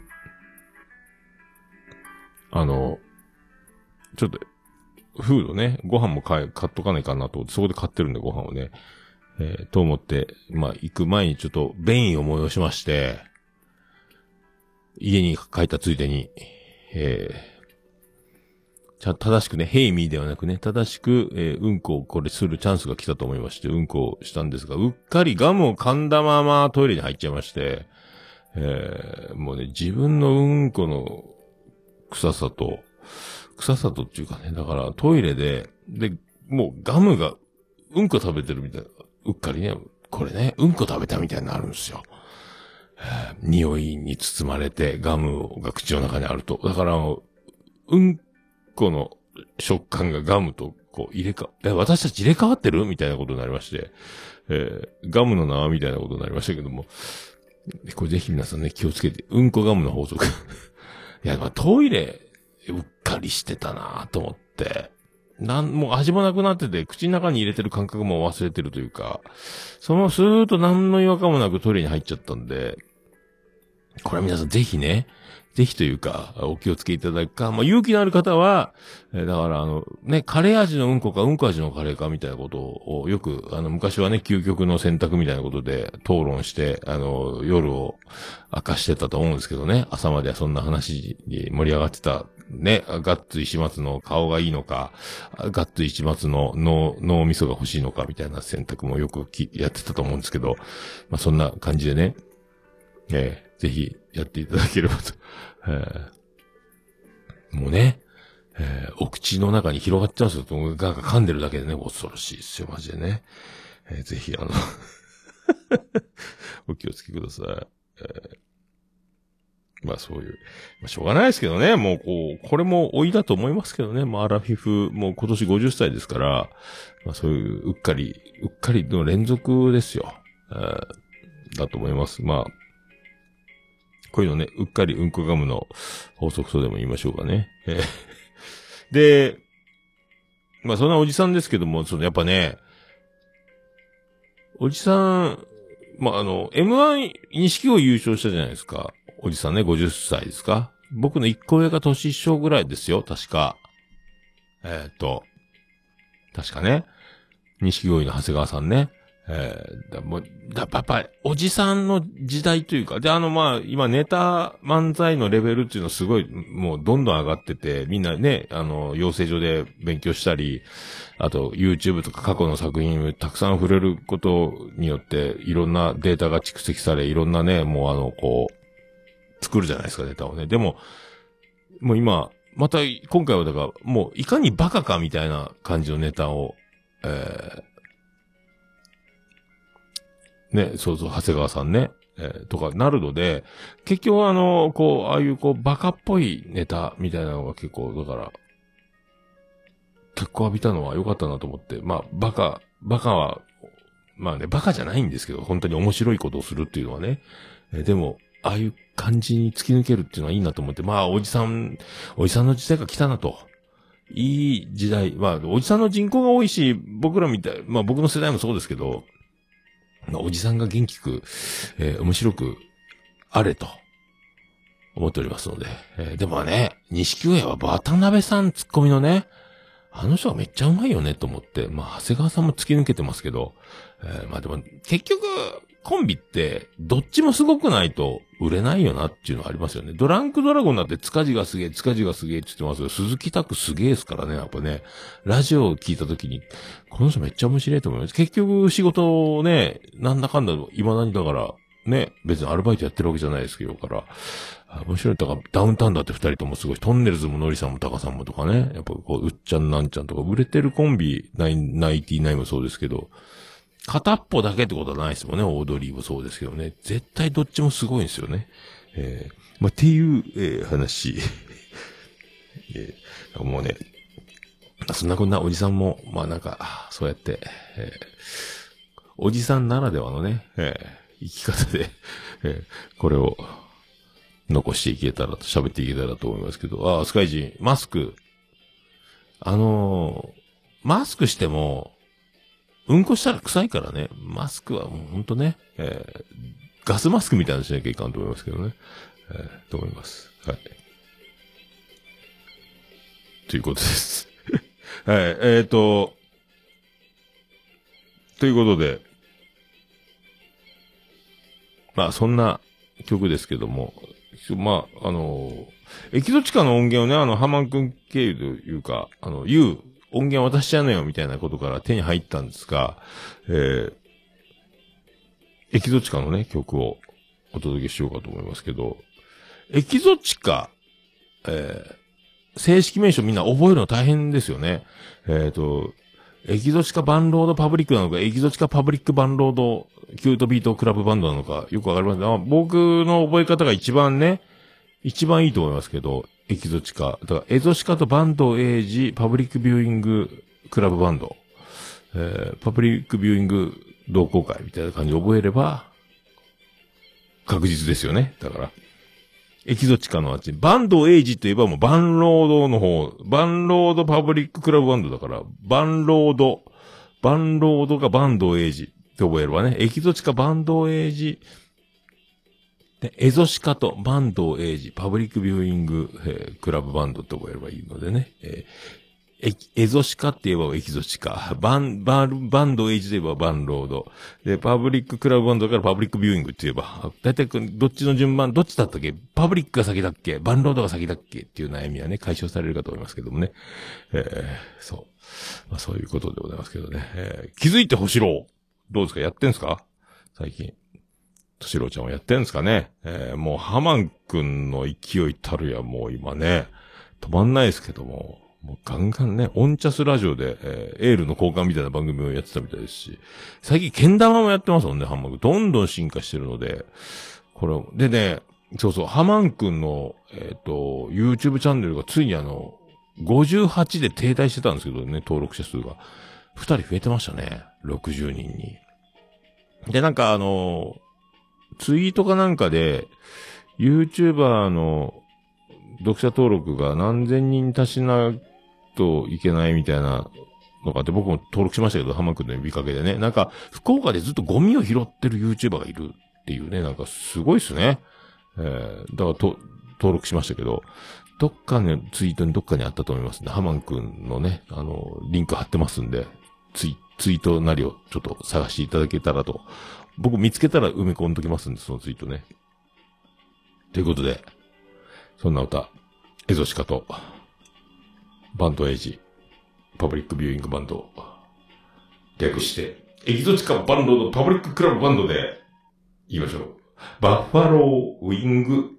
あの、ちょっと、フードね、ご飯も買い、買っとかないかなと思って、そこで買ってるんでご飯をね、えー、と思って、まあ、行く前にちょっと便意を催しまして、家に帰ったついでに、えー、ちゃんと正しくね、ヘイミーではなくね、正しく、えー、うんこをこれするチャンスが来たと思いまして、うんこをしたんですが、うっかりガムを噛んだままトイレに入っちゃいまして、えー、もうね、自分のうんこの臭さと、臭さとっていうかね、だからトイレで、で、もうガムが、うんこ食べてるみたいな、うっかりね、これね、うんこ食べたみたいになるんですよ。えー、匂いに包まれてガムが口の中にあると。だから、うんこの食感がガムとこう入れか、え、私たち入れ替わってるみたいなことになりまして、えー、ガムの縄みたいなことになりましたけども、これぜひ皆さんね、気をつけて、うんこガムの法則。いや、まあ、トイレ、うっかりしてたなと思って、なん、もう味もなくなってて、口の中に入れてる感覚も忘れてるというか、そのスーッと何の違和感もなくトイレに入っちゃったんで、これは皆さんぜひね、ぜひというか、お気をつけいただくか、まあ、勇気のある方は、えー、だからあの、ね、カレー味のうんこか、うんこ味のカレーかみたいなことを、よく、あの、昔はね、究極の選択みたいなことで討論して、あの、夜を明かしてたと思うんですけどね、朝まではそんな話に盛り上がってた、ね、ガッツ石松の顔がいいのか、ガッツ石松の脳、脳みそが欲しいのかみたいな選択もよくきやってたと思うんですけど、まあ、そんな感じでね、えー、ぜひやっていただければと。えー、もうね、えー、お口の中に広がっちゃうんですよ。なんか噛んでるだけでね、恐ろしいですよ、マジでね。えー、ぜひ、あの、お気をつけください。えー、まあそういう、まあしょうがないですけどね、もうこう、これも老いだと思いますけどね、まあアラフィフ、もう今年ごじゅっさいですから、まあそういう、うっかり、うっかりの連続ですよ。えー、だと思います。まあ、こういうのね、うっかりうんこガムの法則とでも言いましょうかね。えー、で、まあそんなおじさんですけども、そのやっぱね、おじさん、まああの、エムワン 錦鯉優勝したじゃないですか。おじさんね、ごじゅっさいですか。僕の一個上が年一緒ぐらいですよ、確か。えっと、確かね。錦鯉の長谷川さんね。 えー、だもうだやっぱり、おじさんの時代というか、で、あの、まあ、今、ネタ漫才のレベルっていうのはすごい、もうどんどん上がってて、みんなね、あの、養成所で勉強したり、あと、YouTube とか過去の作品をたくさん触れることによって、いろんなデータが蓄積され、いろんなね、もうあの、こう、作るじゃないですか、ネタをね。でも、もう今、また、今回はだから、もう、いかにバカかみたいな感じのネタを、えー、ね、そうそう、長谷川さんね、えー、とかなるので、結局あの、こう、ああいうこう、バカっぽいネタみたいなのが結構、だから、結構浴びたのは良かったなと思って、まあ、バカ、バカは、まあね、バカじゃないんですけど、本当に面白いことをするっていうのはね、えー、でも、ああいう感じに突き抜けるっていうのはいいなと思って、まあ、おじさん、おじさんの時代が来たなと。いい時代。まあ、おじさんの人口が多いし、僕らみたい、まあ僕の世代もそうですけど、おじさんが元気く、えー、面白く、あれと、思っておりますので。えー、でもね、錦鯉は渡辺さんツッコミのね、あの人はめっちゃうまいよねと思って、まあ、長谷川さんも突き抜けてますけど、えー、まあでも、結局、コンビって、どっちもすごくないと売れないよなっていうのはありますよね。ドランクドラゴンだって塚地がすげえ、塚地がすげえって言ってますけど、鈴木拓すげえですからね、やっぱね。ラジオを聞いたときに、この人めっちゃ面白いと思います。結局仕事をね、なんだかんだ、未だにだから、ね、別にアルバイトやってるわけじゃないですけど、から、面白い。だから、ダウンタウンだって二人ともすごい。トンネルズもノリさんもタカさんもとかね。やっぱこう、うっちゃんなんちゃんとか、売れてるコンビ、ナイン、ナインティナインもそうですけど、片っぽだけってことはないですもんね。オードリーもそうですけどね。絶対どっちもすごいんですよね。えー、まあ、っていう、えー、話。えー、もうね、そんなこんなおじさんも、まあなんか、そうやって、えー、おじさんならではのね、えー、生き方で、えー、これを残していけたらと、喋っていけたらと思いますけど、あ、スカイジン、マスク。あのー、マスクしても、うんこしたら臭いからね、マスクはもうほんとね、えー、ガスマスクみたいなのしなきゃいかんと思いますけどね。えー、と思います。はい。ということです。はい、えーと、ということで、まあそんな曲ですけども、まあ、あのー、エキゾチカの音源をね、あの、ハマン君経由というか、あの、言う、音源渡しちゃうのよみたいなことから手に入ったんですが、えー、エキゾチカのね、曲をお届けしようかと思いますけど、エキゾチカ、えー、正式名称みんな覚えるの大変ですよね。えっと、エキゾチカバンロードパブリックなのか、エキゾチカパブリックバンロードキュートビートクラブバンドなのか、よくわかりません。あ、僕の覚え方が一番ね、一番いいと思いますけど、エキゾチカ。だから、エゾシカとバンドエイジ、パブリックビューイングクラブバンド。えー、パブリックビューイング同好会みたいな感じで覚えれば、確実ですよね。だから、エキゾチカのあっち、バンドエイジといえばもうバンロードの方、バンロードパブリッククラブバンドだから、バンロード、バンロードがバンドエイジって覚えればね、エキゾチカバンドエイジ、で、エゾシカとバンドエイジ、パブリックビューイング、えー、クラブバンドって覚えればいいのでね。えー、エゾシカって言えばエキゾチカ。バン、バン、バンドエイジと言えばバンロード。で、パブリッククラブバンドからパブリックビューイングって言えば、だいたいどっちの順番、どっちだったっけ？パブリックが先だっけ？バンロードが先だっけ？っていう悩みはね、解消されるかと思いますけどもね。えー、そう。まあそういうことでございますけどね。えー、気づいてほしろ。どうですか？やってんすか？最近。としろちゃんはやってんですかね。えー、もうハマンくんの勢いたるやもう今ね、止まんないですけども、もうガンガンね、オンチャスラジオで、えー、エールの交換みたいな番組をやってたみたいですし、最近ケン玉もやってますもんね、ハマンくん。どんどん進化してるので、これ、でね、そうそう、ハマンくんの、えっと、YouTube チャンネルがついにあの、ごじゅうはちで停滞してたんですけどね、登録者数が。ふたり増えてましたね、ろくじゅうにんに。で、なんかあの、ツイートかなんかで、YouTuber の読者登録が何千人足しないといけないみたいなのがあって、僕も登録しましたけど、ハマくんの呼びかけでね。なんか、福岡でずっとゴミを拾ってる YouTuber がいるっていうね、なんかすごいっすね。えー、だからと、登録しましたけど、どっかのツイートにどっかにあったと思いますね。ハマンくんのね、あの、リンク貼ってますんで、 ツイ、ツイートなりをちょっと探していただけたらと。僕見つけたら埋め込んどきますんで、そのツイートね。ということで、そんな歌、エゾシカと、バンドエイジ、パブリックビューイングバンド、略して、エキゾチカバンドのパブリッククラブバンドで、言いましょう。バッファローウィング。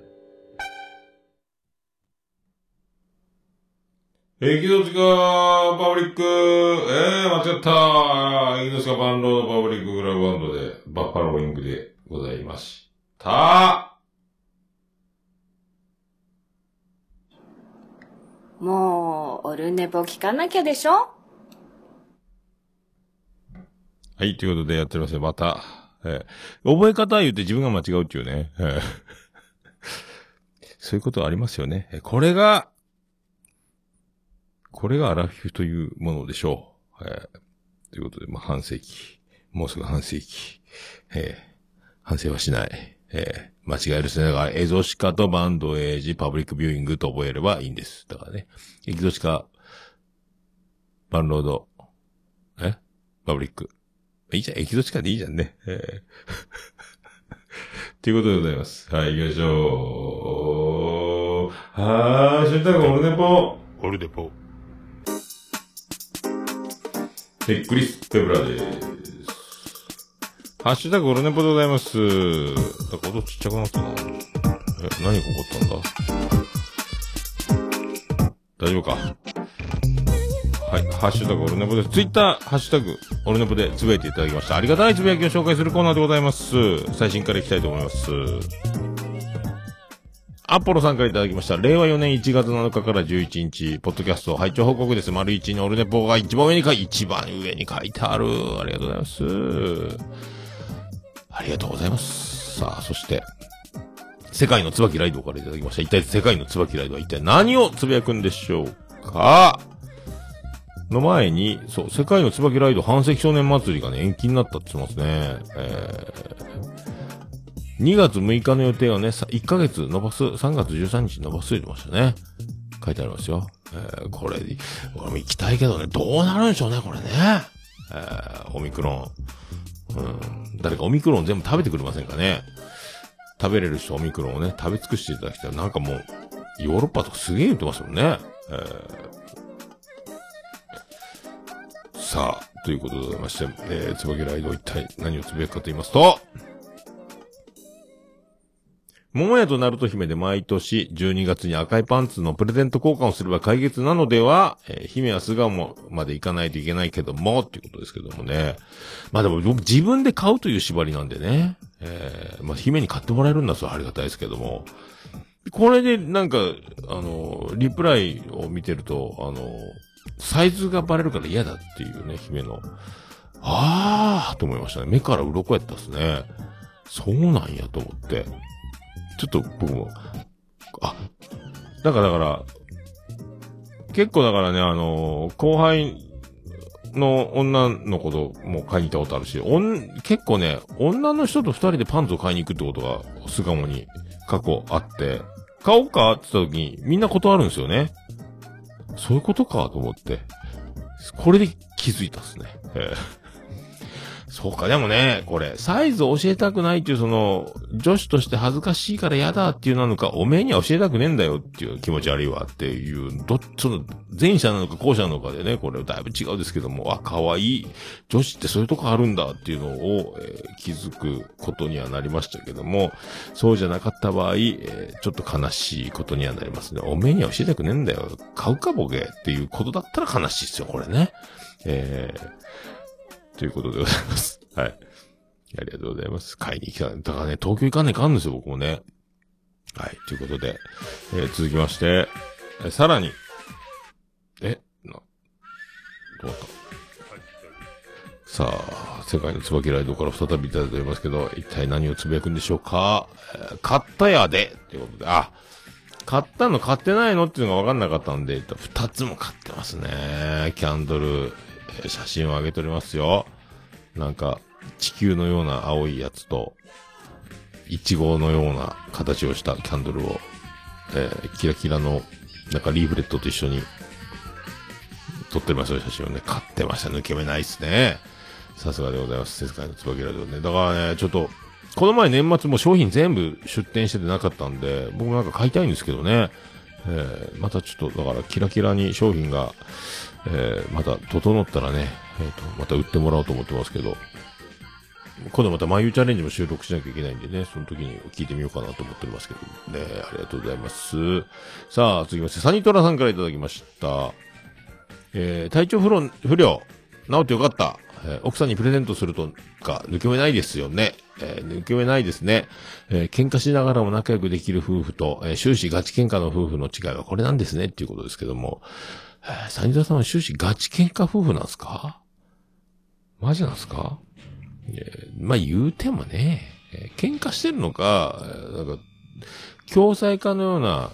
エキゾチカパブリック、えー、間違った。イギリスがバンドのパブリックグラブバンドで、バッファローウィングでございました。 もう、オルネポ聞かなきゃでしょ？ はい、ということでやっておりますよ、また。えー、覚え方言って自分が間違うっていうね。えー、そういうことありますよね。これが、これがアラフィフというものでしょう。えー、ということで、まあ、半世紀。もうすぐ半世紀。えー、反省はしない。えー、間違えるですね。だから、エゾシカとバンドエイジ、パブリックビューイングと覚えればいいんです。だからね。エキゾシカ、バンロード、えパブリック。いいじゃん、エキゾチカでいいじゃんね。えー、ということでございます。はい、行きましょう。はーい、シュンタグオルネポ。オルネポ。え、クリス・ペブラです。ハッシュタグオルネポでございます。なんか音ちっちゃくなったな。え、何が起こったんだ？大丈夫か？はい。ハッシュタグオルネポです。ツイッター、ハッシュタグオルネポでつぶやいていただきました。ありがたいつぶやきを紹介するコーナーでございます。最新からいきたいと思います。アポロさんからいただきました。れいわよねんいちがつなのかからじゅういちにち、ポッドキャスト、拝聴報告です。丸一にオルネポが一番上に書い、一番上に書いてある。ありがとうございます。ありがとうございます。さあ、そして、世界の椿ライドからいただきました。一体世界の椿ライドは一体何をつぶやくんでしょうか？の前に、そう、世界の椿ライド半世紀少年祭りがね、延期になったって言ってますね。えー、にがつむいかの予定をね、いっかげつ伸ばす、さんがつじゅうさんにち伸ばすと言ってましたね。書いてありますよ。えー、これ、俺も行きたいけどね、どうなるんでしょうね、これね。えー、オミクロン。うん。誰かオミクロン全部食べてくれませんかね。食べれる人オミクロンをね、食べ尽くしていただきたい。なんかもう、ヨーロッパとかすげえ言ってますもんね。えーさあ、ということでございまして、えー、つばきライド一体何をつぶやくかと言いますと、桃屋とナルト姫で毎年じゅうにがつに赤いパンツのプレゼント交換をすれば解決なのでは、えー、姫は素顔まで行かないといけないけども、っていうことですけどもね。まあでも自分で買うという縛りなんでね、えー、まあ姫に買ってもらえるんだそうありがたいですけども、これでなんか、あの、リプライを見てると、あの、サイズがバレるから嫌だっていうね、姫の。あーと思いましたね。目から鱗やったっすね。そうなんやと思って。ちょっと僕も、あ、だからだから、結構だからね、あのー、後輩の女の子とも買いに行ったことあるし、おん、結構ね、女の人と二人でパンツを買いに行くってことが、巣鴨に過去あって、買おうかって言った時に、みんな断るんですよね。そういうことかと思って。これで気づいたっすね。えー、そうか、でもね、これ、サイズを教えたくないっていう、その、女子として恥ずかしいから嫌だっていうなのか、おめえには教えたくねえんだよっていう気持ち悪いわっていう、ど、その、前者なのか後者なのかでね、これだいぶ違うですけども、あ、可愛い女子ってそういうとこあるんだっていうのを、えー、気づくことにはなりましたけども、そうじゃなかった場合、えー、ちょっと悲しいことにはなりますね。おめえには教えたくねえんだよ。買うかボケっていうことだったら悲しいですよ、これね。えー、ということでございます。はい。ありがとうございます。買いに来た。だからね、東京行かねえかんですよ、僕もね。はい。ということで、えー、続きまして、えさらに、えな、どうだったさあ、世界の椿ライドから再びいただいておりますけど、一体何をつぶやくんでしょうか、えー、買ったやでということで、あ、買ったの買ってないのっていうのが分かんなかったんで、二つも買ってますね。キャンドル、えー、写真を上げておりますよ。なんか、地球のような青いやつと、イチゴのような形をしたキャンドルを、えー、キラキラの、なんかリーフレットと一緒に、撮ってますよ、写真をね。買ってました。抜け目ないっすね。さすがでございます。世界の椿ライドね。だからね、ちょっと、この前年末も商品全部出店しててなかったんで、僕なんか買いたいんですけどね。えー、またちょっと、だからキラキラに商品が、えー、また整ったらね、えーと、また売ってもらおうと思ってますけど、今度また眉チャレンジも収録しなきゃいけないんでね、その時に聞いてみようかなと思っておりますけどね。ありがとうございます。さあ、続きまして、サニトラさんからいただきました。 えー、体調不良、不良、治ってよかった。えー、奥さんにプレゼントするとか、抜け目ないですよね。えー、抜け目ないですね。えー、喧嘩しながらも仲良くできる夫婦と、えー、終始ガチ喧嘩の夫婦の違いはこれなんですねっていうことですけども、えー、サニダさんは終始ガチ喧嘩夫婦なんですか？マジなんですか？えー、まあ、言うてもね、えー、喧嘩してるのか、えー、なんか、共済化のような、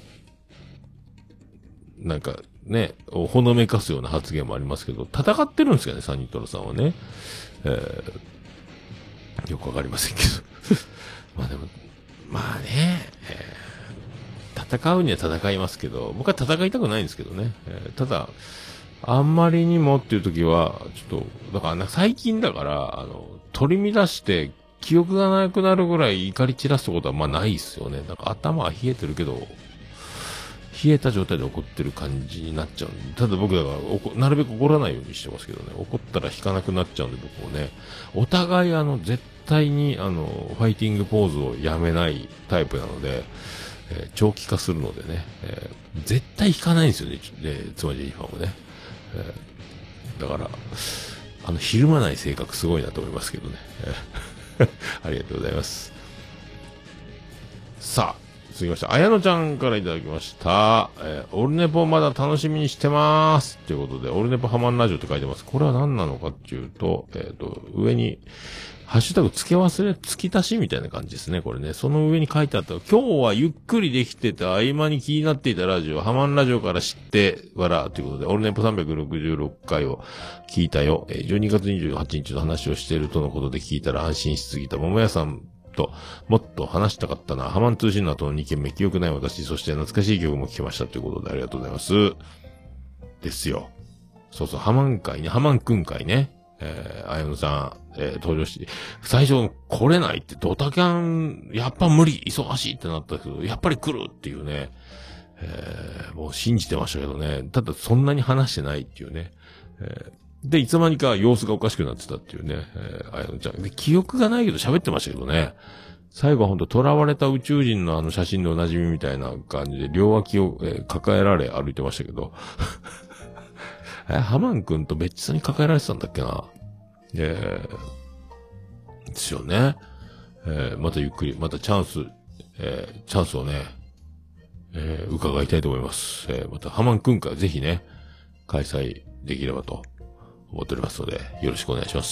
なんか、ね、をほのめかすような発言もありますけど、戦ってるんですかね、サニトラさんはね。えー、よくわかりませんけど。まあでも、まあね、えー、戦うには戦いますけど、僕は戦いたくないんですけどね。えー、ただ、あんまりにもっていう時は、ちょっと、だからな、最近だから、あの、取り乱して、記憶がなくなるぐらい怒り散らすことはまあないですよね。なんか頭は冷えてるけど、冷えた状態で怒ってる感じになっちゃうんで、ただ僕だからおこ、なるべく怒らないようにしてますけどね、怒ったら引かなくなっちゃうんで僕もね、お互いあの、絶対にあの、ファイティングポーズをやめないタイプなので、えー、長期化するのでね、えー、絶対引かないんですよね、えー、つまりジェニファーもね、えー、だから、あの、ひるまない性格すごいなと思いますけどね、えー、ありがとうございます。さあ、続きまして、あやのちゃんからいただきました。えー、オルネポまだ楽しみにしてまーす。ということで、オルネポハマンラジオって書いてます。これは何なのかっていうと、えっと、上に、ハッシュタグ付け忘れ、付き足しみたいな感じですね。これね。その上に書いてあった、今日はゆっくりできてた合間に気になっていたラジオ、ハマンラジオから知って、わら、ということで、オルネポさんびゃくろくじゅうろっかいを聞いたよ。えー、じゅうにがつにじゅうはちにちの話をしているとのことで聞いたら安心しすぎた桃屋さん、と、もっと話したかったな。ハマン通信の後のにけんめ、記憶ない私、そして懐かしい曲も聴けましたということでありがとうございます。ですよ。そうそう、ハマン会ね、ハマンくん会ね。えー、あやのさん、えー、登場し、最初来れないってドタキャン、やっぱ無理、忙しいってなったけど、やっぱり来るっていうね。えー、もう信じてましたけどね。ただそんなに話してないっていうね。えーで、いつまにか様子がおかしくなってたっていうね、えー、あやのちゃん。で、記憶がないけど喋ってましたけどね。最後はほんと囚われた宇宙人のあの写真でおなじみみたいな感じで、両脇を、えー、抱えられ歩いてましたけど。え、ハマン君と別に抱えられてたんだっけな。えー、ですよね。えー、またゆっくり、またチャンス、えー、チャンスをね、えー、伺いたいと思います。えー、またハマン君からぜひね、開催できればと。思っておりますので、よろしくお願いします。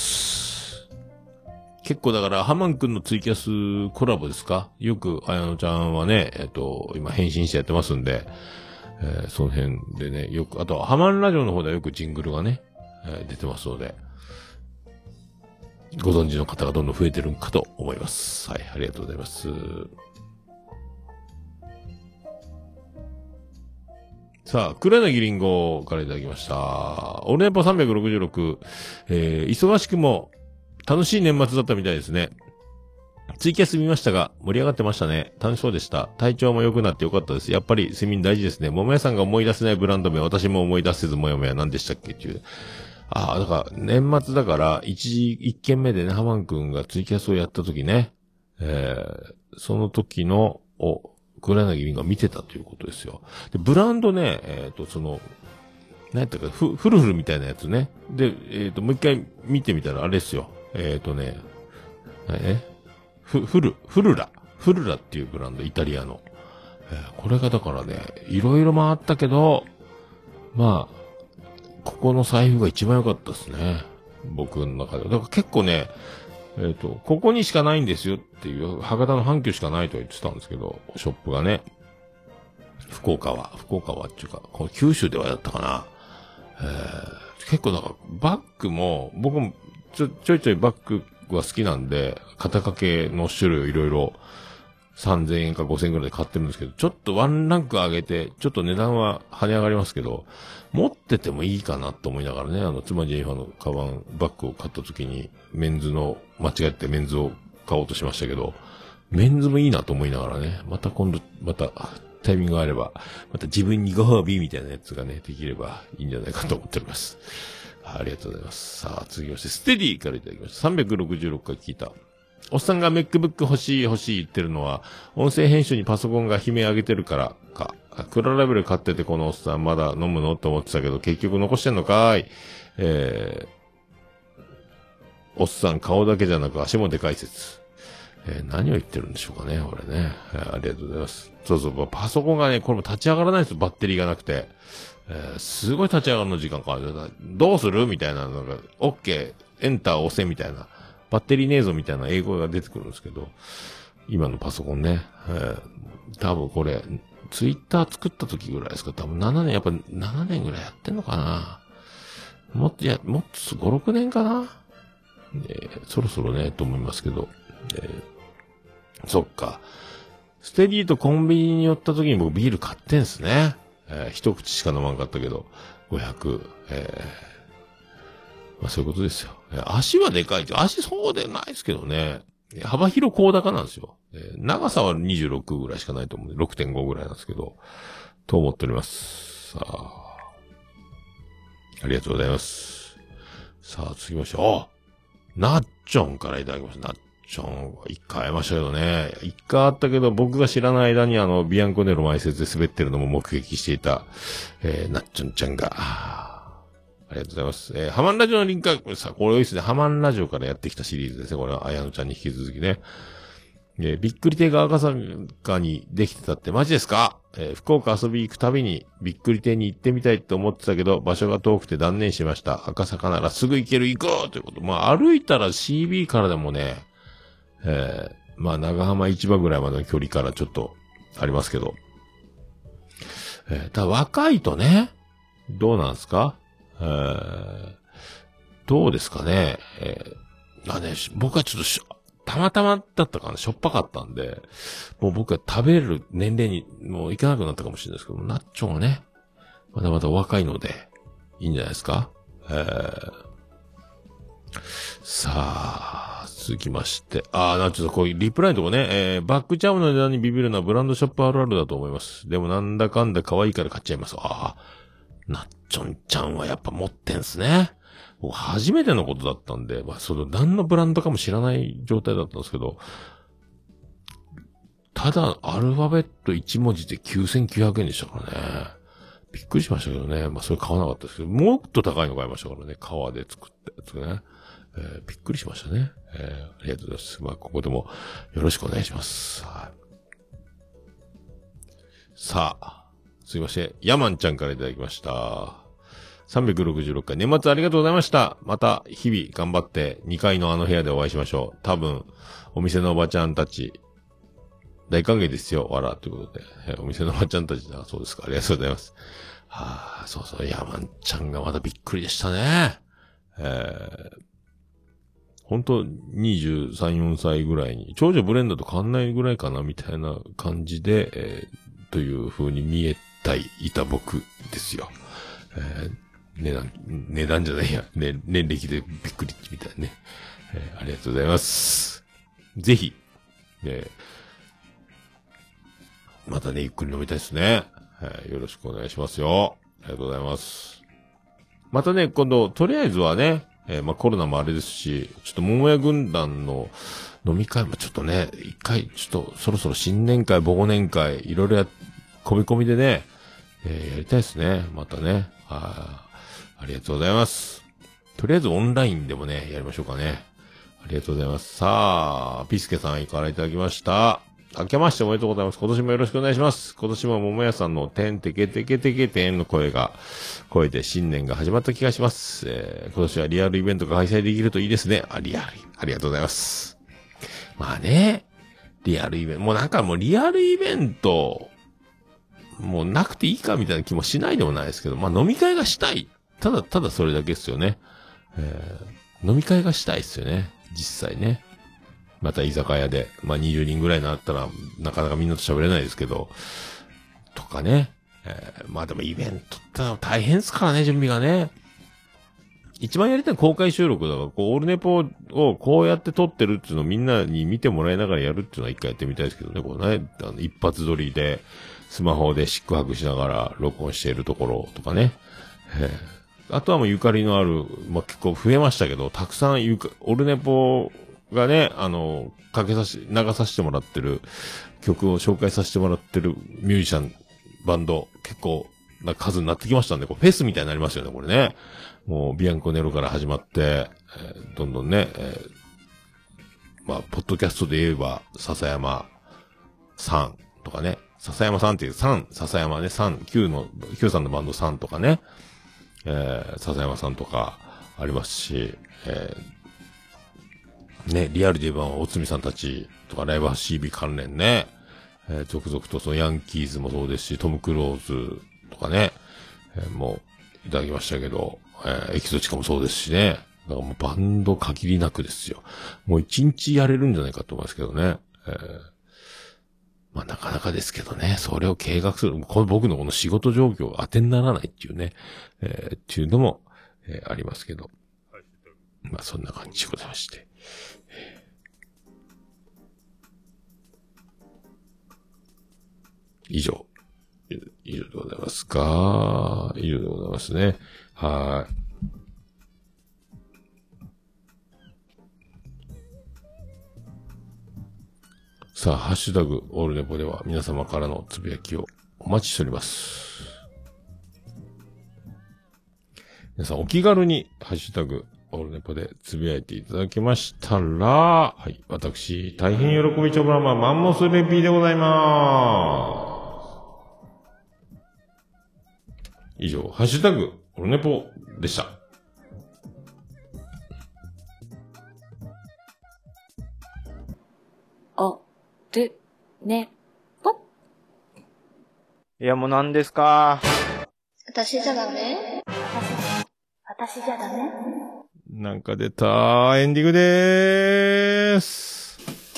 結構だから、ハマン君のツイキャスコラボですか？よく、あやのちゃんはね、えっと、今返信してやってますんで、えー、その辺でね、よく、あとはハマンラジオの方ではよくジングルがね、えー、出てますので、ご存知の方がどんどん増えてるんかと思います。はい、ありがとうございます。さあ、黒柳りんごからいただきました。オルネポさんびゃくろくじゅうろく、えー、忙しくも楽しい年末だったみたいですね。ツイキャス見ましたが、盛り上がってましたね。楽しそうでした。体調も良くなってよかったです。やっぱり睡眠大事ですね。桃屋さんが思い出せないブランド名、私も思い出せずもやもや何でしたっけっていう。ああ、だから、年末だから、一時、一件目でね、ハマン君がツイキャスをやった時ね、えー、その時の、お、黒柳りんごが見てたということですよ。で、ブランドね、えっと、その、何やったか、フ、フルフルみたいなやつね。で、えっと、もう一回見てみたらあれですよ。えっとね、えフ、フル、フルラ。フルラっていうブランド、イタリアの。えー、これがだからね、いろいろ回ったけど、まあ、ここの財布が一番良かったですね。僕の中で。だから結構ね、えっと、ここにしかないんですよっていう、博多の阪急しかないとは言ってたんですけど、ショップがね。福岡は、福岡はっていうか、この九州ではやったかな。えー、結構だから、バッグも、僕もちょ、ちょいちょいバッグは好きなんで、肩掛けの種類をいろいろさんぜんえんかごせんえんぐらいで買ってるんですけど、ちょっとワンランク上げて、ちょっと値段は跳ね上がりますけど、持っててもいいかなと思いながらね、あの、妻ジェニファーのカバン、バッグを買った時に、メンズの、間違ってメンズを買おうとしましたけど、メンズもいいなと思いながらね、また今度、また、タイミングがあれば、また自分にご褒美みたいなやつがね、できればいいんじゃないかと思っております。ありがとうございます。さあ、続きまして、ステディからいただきました。さんびゃくろくじゅうろっかい聞いた。おっさんが MacBook 欲しい欲しい言ってるのは、音声編集にパソコンが悲鳴上げてるからか。 黒ラベル買っててこのおっさんまだ飲むのって思ってたけど、結局残してんのかーい。えー、おっさん顔だけじゃなく足もでかい説。えー、何を言ってるんでしょうかね、これね、えー。ありがとうございます。そうそう、パソコンがね、これも立ち上がらないんですよ、バッテリーがなくて。えー、すごい立ち上がるの時間かかる。どうするみたいな、なんか、OK、エンター押せみたいな、バッテリーねえぞみたいな英語が出てくるんですけど、今のパソコンね、えー、多分これ、ツイッター作った時ぐらいですか、多分ななねん、やっぱななねんぐらいやってんのかな。もっと、いや、もっとご、ろくねんかな。えー、そろそろね、と思いますけど、えー、そっか。ステディとコンビニに寄った時に僕ビール買ってんすね。えー、一口しか飲まんかったけど、ごひゃく、えー、まあそういうことですよ。えー、足はでかいって、足そうでないですけどね。幅広高高なんですよ。えー、長さはにじゅうろくぐらいしかないと思うんで、ろくてんご ぐらいなんですけど、と思っております。さあ、ありがとうございます。さあ、続きまして、あナッチョンからいただきました。ナッチョン、一回会いましたけどね。一回あったけど、僕が知らない間にあの、ビアンコネロ前説で滑ってるのも目撃していた、えー、ナッチョンちゃんが、ありがとうございます。えー、ハマンラジオのリンクは、さ、これ多いですね。ハマンラジオからやってきたシリーズですね。これは、あやのちゃんに引き続きね。えー、びっくり亭が赤坂にできてたってマジですか？えー、福岡遊び行くたびにびっくり亭に行ってみたいって思ってたけど、場所が遠くて断念しました。赤坂ならすぐ行ける、行こうということ。まあ、歩いたら シービー からでもね、えー、まあ、長浜市場ぐらいまでの距離からちょっとありますけど。えー、ただ若いとね、どうなんですか？えー、どうですかね？えー、まあね、僕はちょっとし、たまたまだったかな、しょっぱかったんで、もう僕は食べる年齢にもういけなくなったかもしれないですけど、ナッチョンはね、まだまだ若いので、いいんじゃないですか？えー、さあ、続きまして、あー、なんちょっとこういうリプライのとこね、えー、バックチャームの値段にビビるのはブランドショップあるあるだと思います。でもなんだかんだ可愛いから買っちゃいます。あー、ナッチョンちゃんはやっぱ持ってんすね。初めてのことだったんで、まあ、その何のブランドかも知らない状態だったんですけど、ただアルファベットいち文字できゅうせんきゅうひゃくえんでしたからね。びっくりしましたけどね。まあ、それ買わなかったですけど、もっと高いの買いましたからね。革で作ったやつね。えー、びっくりしましたね。えー、ありがとうございます。まあ、ここでもよろしくお願いします。はい、さあ、すいません。ヤマンちゃんからいただきました。さんびゃくろくじゅうろっかい、年末ありがとうございました。また、日々頑張って、にかいのあの部屋でお会いしましょう。多分、お店のおばちゃんたち、大歓迎ですよ、わら、ということで。えお店のおばちゃんたちだ、そうですか、ありがとうございます。はあ、そうそう、ヤマンちゃんがまだびっくりでしたね。えー、ほんと、にじゅうさん、よんさいぐらいに、長女ブレンダーと変わんないぐらいかな、みたいな感じで、えー、という風に見えたい、いた僕ですよ。えー値段、値段じゃないや、ね、年歴でびっくりみたいなね、えー。ありがとうございます。ぜひ、ね、またね、ゆっくり飲みたいですね、えー。よろしくお願いしますよ。ありがとうございます。またね、今度、とりあえずはね、えー、まあコロナもあれですし、ちょっと桃屋軍団の飲み会もちょっとね、一回、ちょっとそろそろ新年会、忘年会、いろいろや、込み込みでね、えー、やりたいですね。またね。あありがとうございます。とりあえずオンラインでもね、やりましょうかね。ありがとうございます。さあ、ピスケさんからいただきました。明けましておめでとうございます。今年もよろしくお願いします。今年も桃屋さんのてんてけてけてけてんの声が、声で新年が始まった気がします。えー、今年はリアルイベントが開催できるといいですね。あ、リアル、ありがとうございます。まあね、リアルイベント、もうなんかもうリアルイベント、もうなくていいかみたいな気もしないでもないですけど、まあ飲み会がしたい。ただただそれだけですよね。えー、飲み会がしたいですよね。実際ね。また居酒屋で、まあにじゅうにんぐらいになったら、なかなかみんなと喋れないですけど、とかね。えー、まあでもイベントってのは大変ですからね、準備がね。一番やりたい公開収録だから、こう、オールネポをこうやって撮ってるっていうのをみんなに見てもらいながらやるっていうのは一回やってみたいですけどね、こうね、あの一発撮りで、スマホでシックハグしながら録音しているところとかね。えーあとはもうゆかりのある、まあ、結構増えましたけど、たくさんゆか、オルネポがね、あの、かけさし、流させてもらってる曲を紹介させてもらってるミュージシャンバンド、結構な数になってきましたんで、こうフェスみたいになりますよね、これね。もう、ビアンコネロから始まって、えー、どんどんね、えー、まあ、ポッドキャストで言えば、笹山さんとかね、笹山さんっていうさん、笹山ね、さん、Q の、Q さんのバンドさんとかね、えー、笹山さんとかありますし、えー、ね、リアルで言えば、おつみさんたちとか、ライブ シービー 関連ね、えー、続々とそのヤンキーズもそうですし、トム・クローズとかね、えー、もう、いただきましたけど、えー、エキゾチカもそうですしね、だからもうバンド限りなくですよ。もう一日やれるんじゃないかと思いますけどね。えー、まあなかなかですけどね、それを計画する、これ僕のこの仕事状況が当てにならないっていうね、えー、っていうのも、えー、ありますけど。まあそんな感じでございまして。以上。以上でございますか。以上でございますね。はい。さあ、ハッシュタグ、オールネポでは皆様からのつぶやきをお待ちしております。皆さんお気軽にハッシュタグ、オールネポでつぶやいていただきましたら、はい、私、大変喜びちょぶらまマンモスレピーでございます。以上、ハッシュタグ、オルネポでした。 お、る、ね、ぽ。 いや、もう何ですか。 私じゃダメ？ 私、私じゃダメ？ なんか出た、エンディングでーす。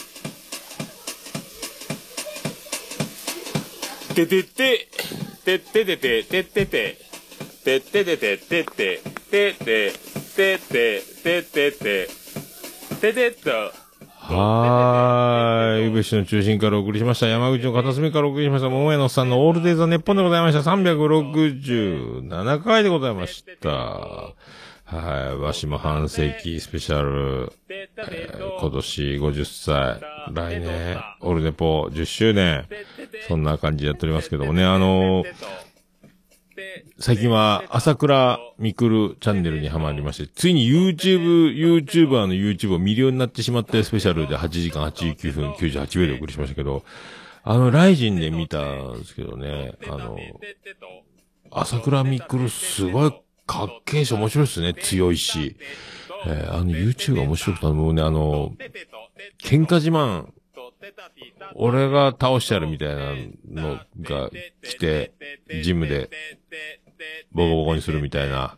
ててて、てっててて、てってて、てっててて、てって、てって、てって、てってて、ててっと。 はーい。宇部市の中心からお送りしました。山口の片隅からお送りしました。桃屋のさんのオールデイザネッポンでございました。さんびゃくろくじゅうななかいでございました。はい。わしも半世紀スペシャル、えー、今年ごじゅっさい。来年、オールネポじゅっしゅうねん。そんな感じでやっておりますけどもね。あのー、最近は朝倉みくるチャンネルにハマりまして、ついに YouTube、YouTuber の YouTube を見るようになってしまってスペシャルではちじかんはちじゅうきゅうふんきゅうじゅうはちびょうでお送りしましたけど、あの、ライジンで見たんですけどね、あの、朝倉みくるすごいかっけえし面白いですね、強いし。えー、あの YouTube が面白くて、もうね、あの、喧嘩自慢、俺が倒してやるみたいなのが来て、ジムで、ボコボコにするみたいな。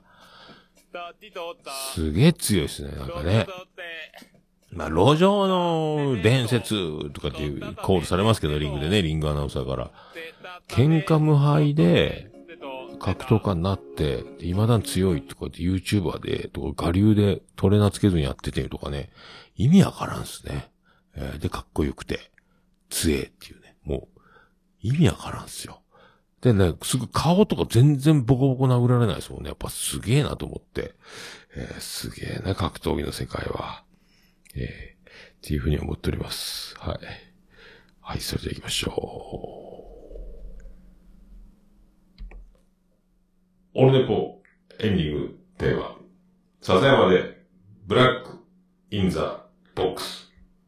すげえ強いですね、なんかね。まあ、路上の伝説とかっていうコールされますけど、リングでね、リングアナウンサーから。喧嘩無敗で、格闘家になって、未だに強いとかって YouTuber で、とか、我流でトレーナーつけずにやっててとかね、意味わからんっすね。えー、で、かっこよくて、強えっていうね、もう、意味わからんっすよ。でね、すぐ顔とか全然ボコボコ殴られないですもんね。やっぱすげえなと思って。えー、すげえな、格闘技の世界は。えー、っていうふうに思っております。はい。はい、それでは行きましょう。オルネポエンディングテーマ。笹山で、ブラックインザボックス。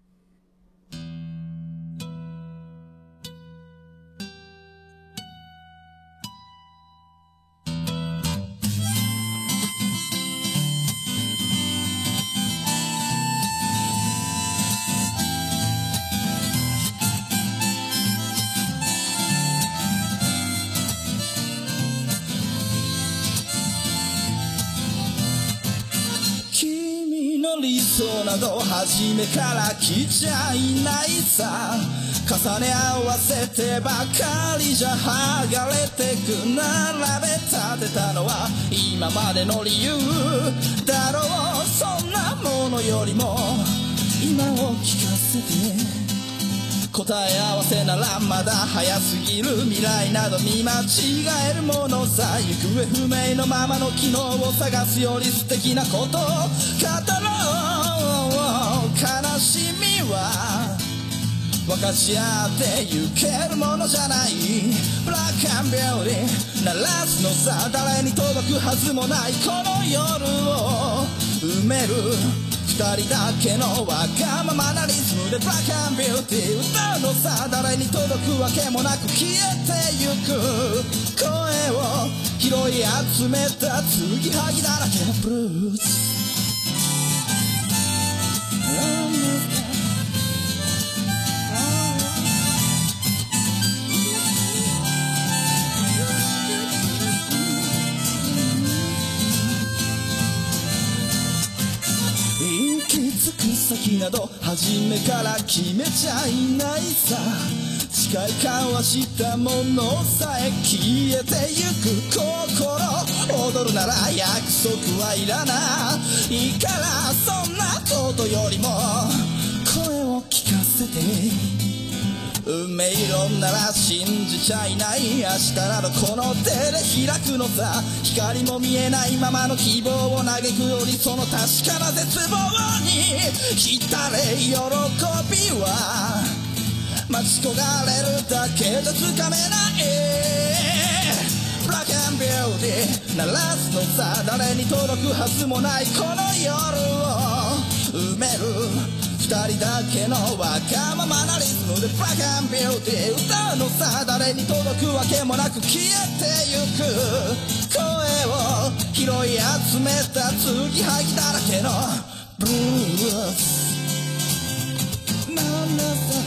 理想など初めから来ちゃいないさ、重ね合わせてばかりじゃ剥がれてく、並べ立てたのは今までの理由だろう。そんなものよりも今を聞かせて、答え合わせならまだ早すぎる、未来など見間違えるものさ、行方不明のままの機能を探すより素敵なことを語ろう。悲しみは分分かち合ってゆけるものじゃないブラックアンビューティー鳴らすのさ誰に届くはずもないこの夜を埋める二人だけのわがままなリズムでブラックアンビューティー歌うのさ誰に届くわけもなく消えてゆく声を拾い集めた継ぎはぎだらけのブルース先など初めから決めちゃいないさ誓い交わしたものさえ消えてゆく心踊るなら約束はいらないからそんなことよりも声を聞かせて運命論なら信じちゃいない明日などこの手で開くのさ光も見えないままの希望を嘆くよりその確かな絶望に浸れ喜びは待ち焦がれるだけじゃつかめないブラックアンビューティー鳴らすのさ誰に届くはずもないこの夜を埋める二人だけのわがままなリズムでブラックアンビューティー歌うのさ誰に届くわけもなく消えてゆく声を拾い集めた継ぎはぎだらけのブルースななさ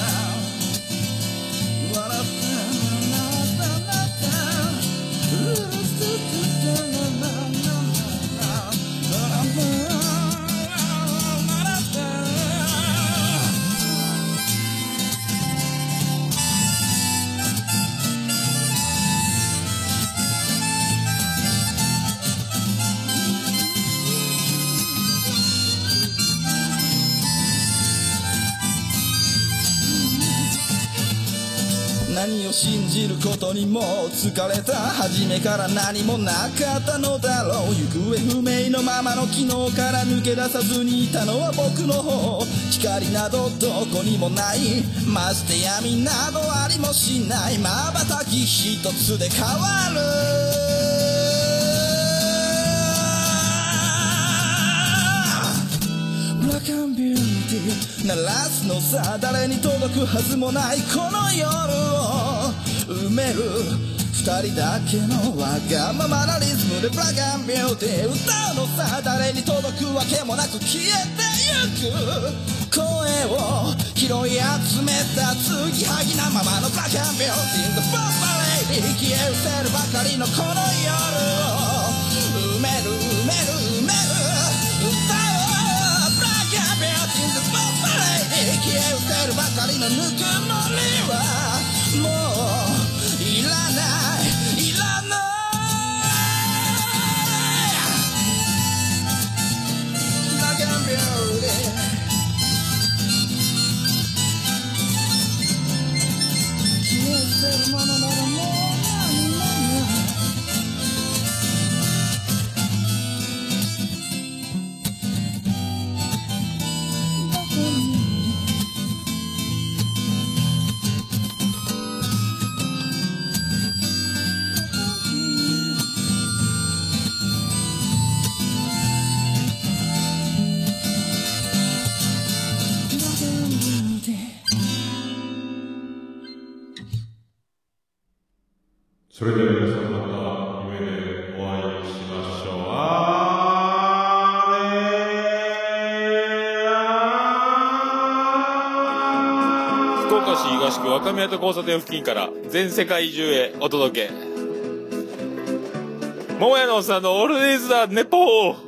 な笑ったななななブルースなななな何を信じることにも疲れた初めから何もなかったのだろう行方不明のままの昨日から抜け出さずにいたのは僕の方光などどこにもないまして闇などありもしない瞬き一つで変わるブラックアンビューティー鳴らすのさ誰に届くはずもないこの夜を埋める二人だけのわがままなリズムでブラックアンビューティー歌うのさ誰に届くわけもなく消えてゆく声を拾い集めた継ぎはぎなままのブラックアンビューティー The Bomb Lady 消え失せるばかりのこの夜を埋める埋める埋める歌う消え失せるばかりのぬくもりはもういらないいらないBlack and beauty消え失せるものならもう何もそれでは皆さんまた夢でお会いしましょう。あーねー福岡市東区若宮と交差点付近から全世界中へお届け。桃屋のおっさんのオールディーズ・ザ・ネポー。